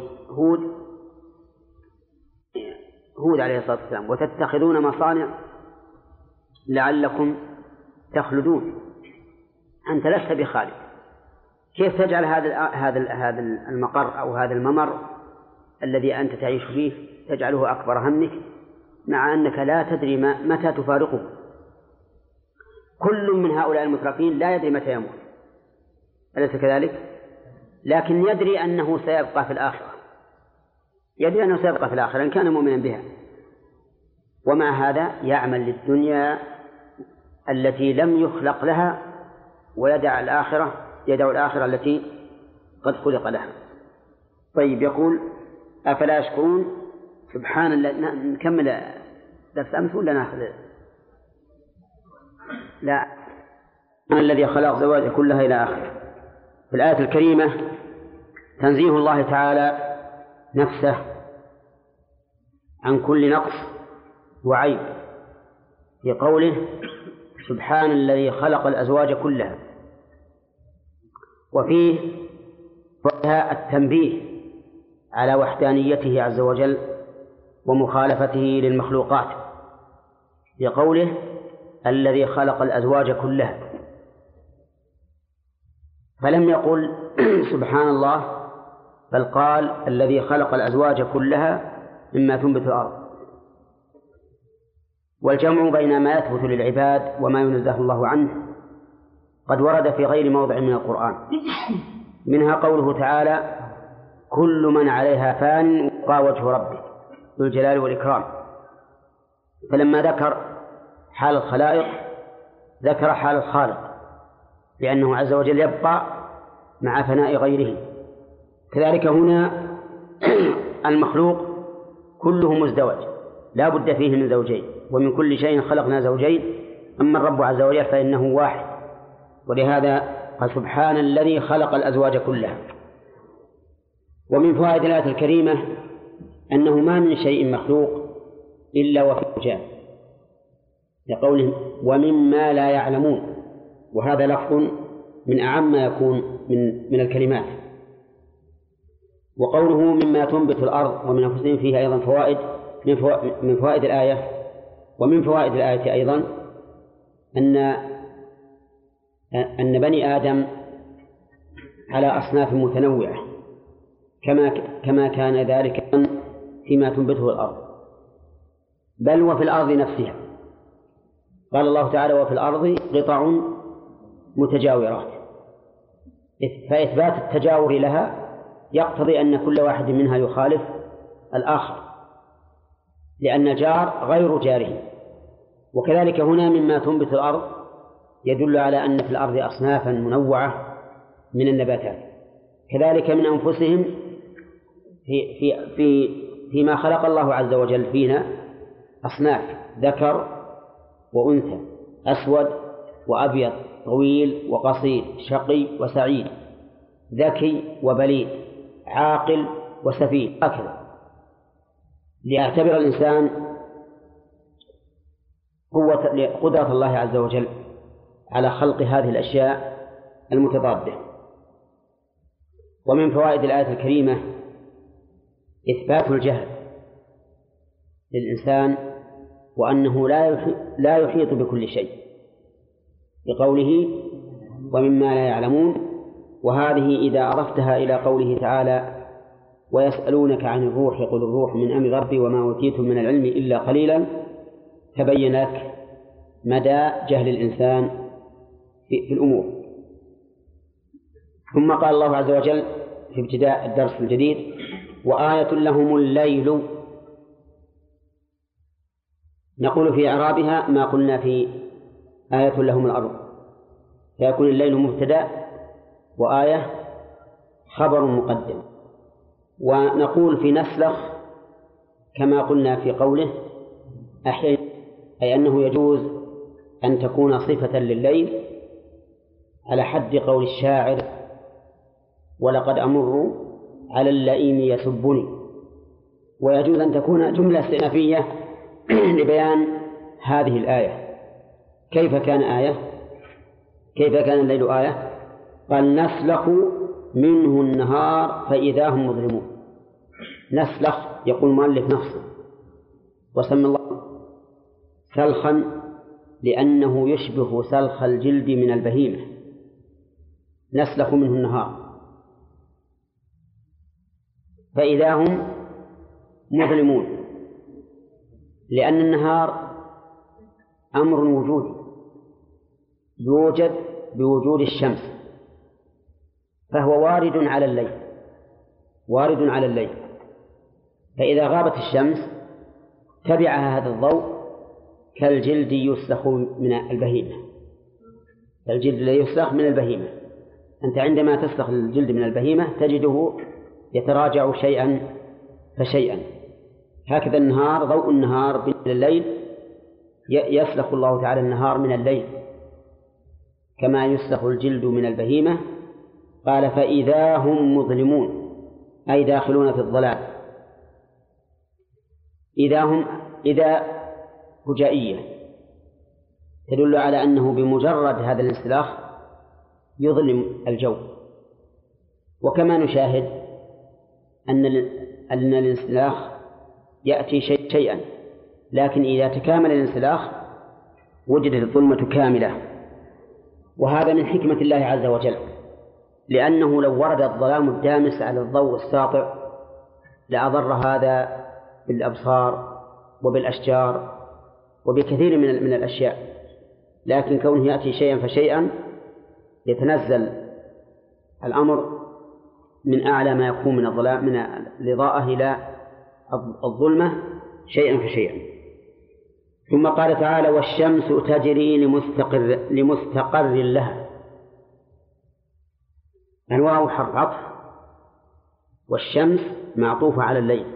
هود عليه الصلاة والسلام: وتتخذون مصانع لعلكم تخلدون. أنت لست بخالد. كيف تجعل هذا المقر أو هذا الممر الذي أنت تعيش فيه تجعله أكبر همك، مع أنك لا تدري متى تفارقه؟ كل من هؤلاء المترفين لا يدري متى يموت، أليس كذلك؟ لكن يدري أنه سيبقى في الآخرة، يدري أنه سيبقى في الآخرة إن كان مؤمنا بها، ومع هذا يعمل للدنيا التي لم يخلق لها ويدع الآخرة التي قد خلق لها. طيب، يقول: أفلا يشكرون؟ سبحان الله. نكمل درس أمس ولا نأخذ؟ لا، الذي خلق زواج كلها إلى آخره. في الآية الكريمة تنزيه الله تعالى نفسه عن كل نقص وعيب في قوله: سبحان الذي خلق الأزواج كلها. وفيه التنبيه على وحدانيته عز وجل ومخالفته للمخلوقات في قوله: الذي خلق الأزواج كلها، فلم يقل سبحان الله، بل قال: الذي خلق الأزواج كلها مما تنبت الأرض. والجمع بين ما يثبت للعباد وما ينزه الله عنه قد ورد في غير موضع من القرآن، منها قوله تعالى: كل من عليها فان ويبقى وجه ربك ذو الجلال والإكرام. فلما ذكر حال الخلائق ذكر حال الخالق، لأنه عز وجل يبقى مع فناء غيره. كذلك هنا المخلوق كله مزدوج لا بد فيه من زوجين، ومن كل شيء خلقنا زوجين، أما الرب عز وجل فإنه واحد، ولهذا قال: سبحان الذي خلق الأزواج كلها. ومن فوائد الآية الكريمة أنه ما من شيء مخلوق إلا وفيه زوجان، لقوله: ومما لا يعلمون، وهذا لفظ من أعم ما يكون من الكلمات. وقوله: مما تنبت الأرض ومن أنفسهم، فيها أيضا فوائد من فوائد الآية. ومن فوائد الآية أيضا أن بني آدم على أصناف متنوعة كما كان ذلك فيما تنبته الأرض، بل وفي الأرض نفسها. قال الله تعالى: وفي الأرض قطع متجاورات، فإثبات التجاور لها يقتضي أن كل واحد منها يخالف الآخر، لأن الجار غير جاره. وكذلك هنا مما تنبت الأرض يدل على أن في الأرض أصنافا منوعة من النباتات. كذلك من أنفسهم فيما خلق الله عز وجل فينا أصناف: ذكر وأنثى، أسود وأبيض، طويل وقصير، شقي وسعيد، ذكي وبليد، عاقل وسفيه، هكذا، ليعتبر الإنسان قدرة الله عز وجل على خلق هذه الأشياء المتضادة. ومن فوائد الآية الكريمة إثبات الجهل للإنسان، وأنه لا يحيط بكل شيء، بقوله: ومما لا يعلمون وهذه إذا أضفتها إلى قوله تعالى ويسألونك عن الروح قل الروح من أمر ربي وما أوتيتم من العلم إلا قليلا تبين لك مدى جهل الإنسان في الأمور. ثم قال الله عز وجل في ابتداء الدرس الجديد وآية لهم الليل. نقول في إعرابها ما قلنا في آية لهم الأرض، فيكون الليل مبتدأ وآية خبر مقدم. ونقول في نسلخ كما قلنا في قوله أحيانا، أي أنه يجوز أن تكون صفة لليل على حد قول الشاعر ولقد أمر على اللئيم يسبني، ويجوز أن تكون جملة استئنافية لبيان هذه الآية. كيف كان الليل آية؟ قال نسلخ منه النهار فإذا هم مظلمون. نسلخ يقول مؤلف نفسه وسمى الله سلخا لأنه يشبه سلخ الجلد من البهيمة. نسلخ منه النهار فإذا هم مظلمون، لأن النهار أمر وجودي يوجد بوجود الشمس، فهو وارد على الليل، فإذا غابت الشمس تبعها هذا الضوء كالجلد يسلخ من البهيمة، الجلد الذي يسلخ من البهيمة. أنت عندما تسلخ الجلد من البهيمة تجده يتراجع شيئا فشيئا. هكذا النهار، ضوء النهار من الليل يسلخ الله تعالى النهار من الليل كما يسلخ الجلد من البهيمة. قال فإذا هم مظلمون أي داخلون في الضلال. إذا هجائية تدل على أنه بمجرد هذا الانسلاخ يظلم الجو. وكما نشاهد أن الانسلاخ يأتي شيئا، لكن إذا تكامل الانسلاخ وجدت الظلمة كاملة. وهذا من حكمة الله عز وجل، لأنه لو ورد الظلام الدامس على الضوء الساطع لأضر هذا بالأبصار وبالأشجار وبكثير من الأشياء، لكن كونه يأتي شيئا فشيئا يتنزل الأمر من أعلى ما يكون من الظلام من الإضاءة إلى الظلمة شيئا فشيئا. ثم قال تعالى والشمس تجري لمستقر لها. الواو حرف عطف، والشمس معطوفة على الليل،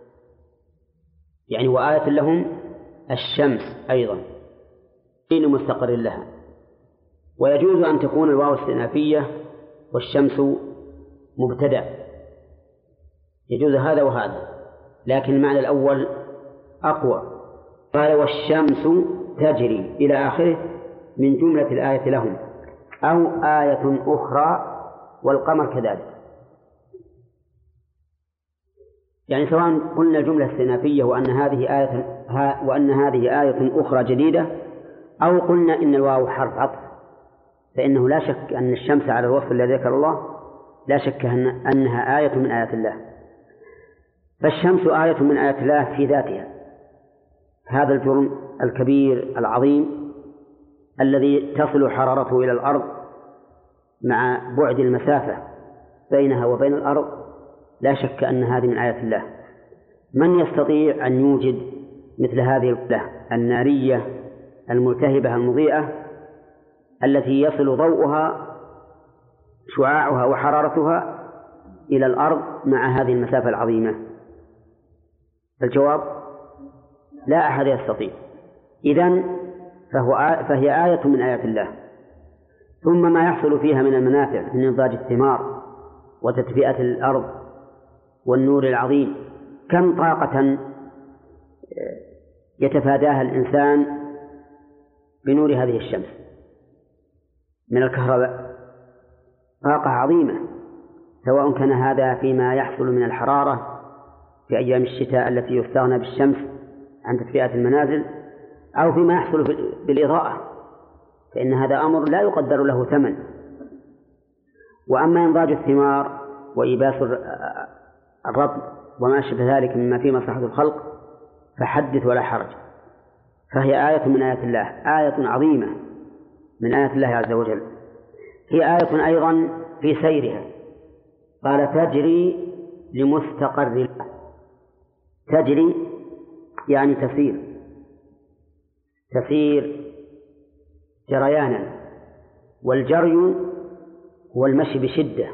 يعني وآية لهم الشمس أيضا لمستقر لها. ويجوز أن تكون الواو استئنافية والشمس مبتدأ، يجوز هذا وهذا، لكن المعنى الأول أقوى. قال والشمس تجري إلى آخره من جملة الآية لهم، أو آية أخرى والقمر كذلك. يعني سواء قلنا الجملة استئنافية وأن هذه آية أخرى جديدة، أو قلنا إن الواو حرف عطف، فإنه لا شك أن الشمس على الوصف الذي ذكر الله لا شك أنها آية من آيات الله. فالشمس آية من آيات الله في ذاتها، هذا الجرم الكبير العظيم الذي تصل حرارته إلى الأرض مع بعد المسافة بينها وبين الأرض، لا شك أن هذه من آيات الله. من يستطيع أن يوجد مثل هذه الوحدة النارية الملتهبة المضيئة التي يصل ضوءها شعاعها وحرارتها إلى الأرض مع هذه المسافة العظيمة؟ الجواب لا أحد يستطيع. إذن فهي آية من آيات الله. ثم ما يحصل فيها من المنافع من إنضاج الثمار وتدفئة الأرض والنور العظيم، كم طاقة يتفاداها الإنسان بنور هذه الشمس من الكهرباء، طاقة عظيمة، سواء كان هذا فيما يحصل من الحرارة في أيام الشتاء التي يستغنى بالشمس عن تدفئة المنازل، أو فيما يحصل بالإضاءة، فإن هذا أمر لا يقدر له ثمن. وأما إنضاج الثمار وإيباس الرطب وما شبه ذلك مما فيه مصلحة الخلق فحدث ولا حرج، فهي آية من آيات الله، آية عظيمة من آيات الله عز وجل. هي آية أيضا في سيرها، قال تجري لمستقر لها. تجري يعني تسير جريانا، والجري هو المشي بشدة.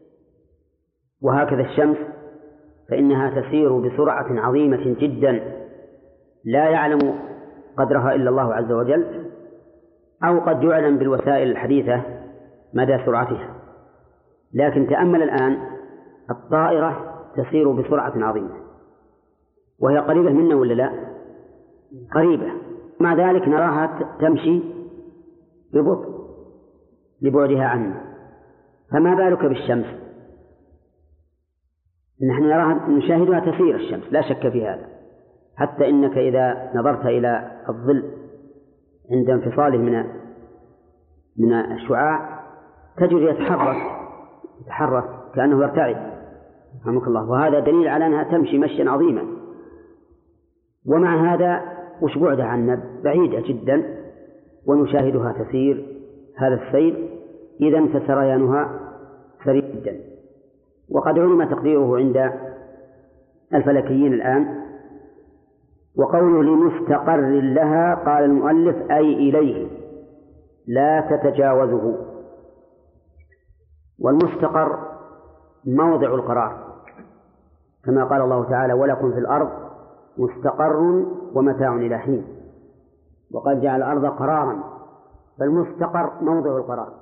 وهكذا الشمس فإنها تسير بسرعة عظيمة جدا لا يعلم قدرها إلا الله عز وجل، أو قد يعلم بالوسائل الحديثة مدى سرعتها. لكن تأمل الآن الطائرة تسير بسرعة عظيمة وهي قريبة منا ولا لا؟ قريبة، مع ذلك نراها تمشي ببطء لبعدها عنا، فما بالك بالشمس؟ نحن نراها نشاهدها تسير الشمس لا شك في هذا، حتى إنك إذا نظرت إلى الظل عند انفصاله من الشعاع تجد يتحرك كأنه يرتعد، رحمك الله، وهذا دليل على أنها تمشي مشيا عظيما. ومع هذا وش بعدها عنا؟ بعيدة جدا، ونشاهدها تسير هذا السير، إذن فسريانها سريع جدا. وقد علم تقديره عند الفلكيين الآن. وقوله لمستقر لها قال المؤلف أي إليه لا تتجاوزه. والمستقر موضع القرار، كما قال الله تعالى ولكم في الأرض مستقر ومتاع إلى حين، وقد جعل الأرض قرارا، فالمستقر موضع القرار.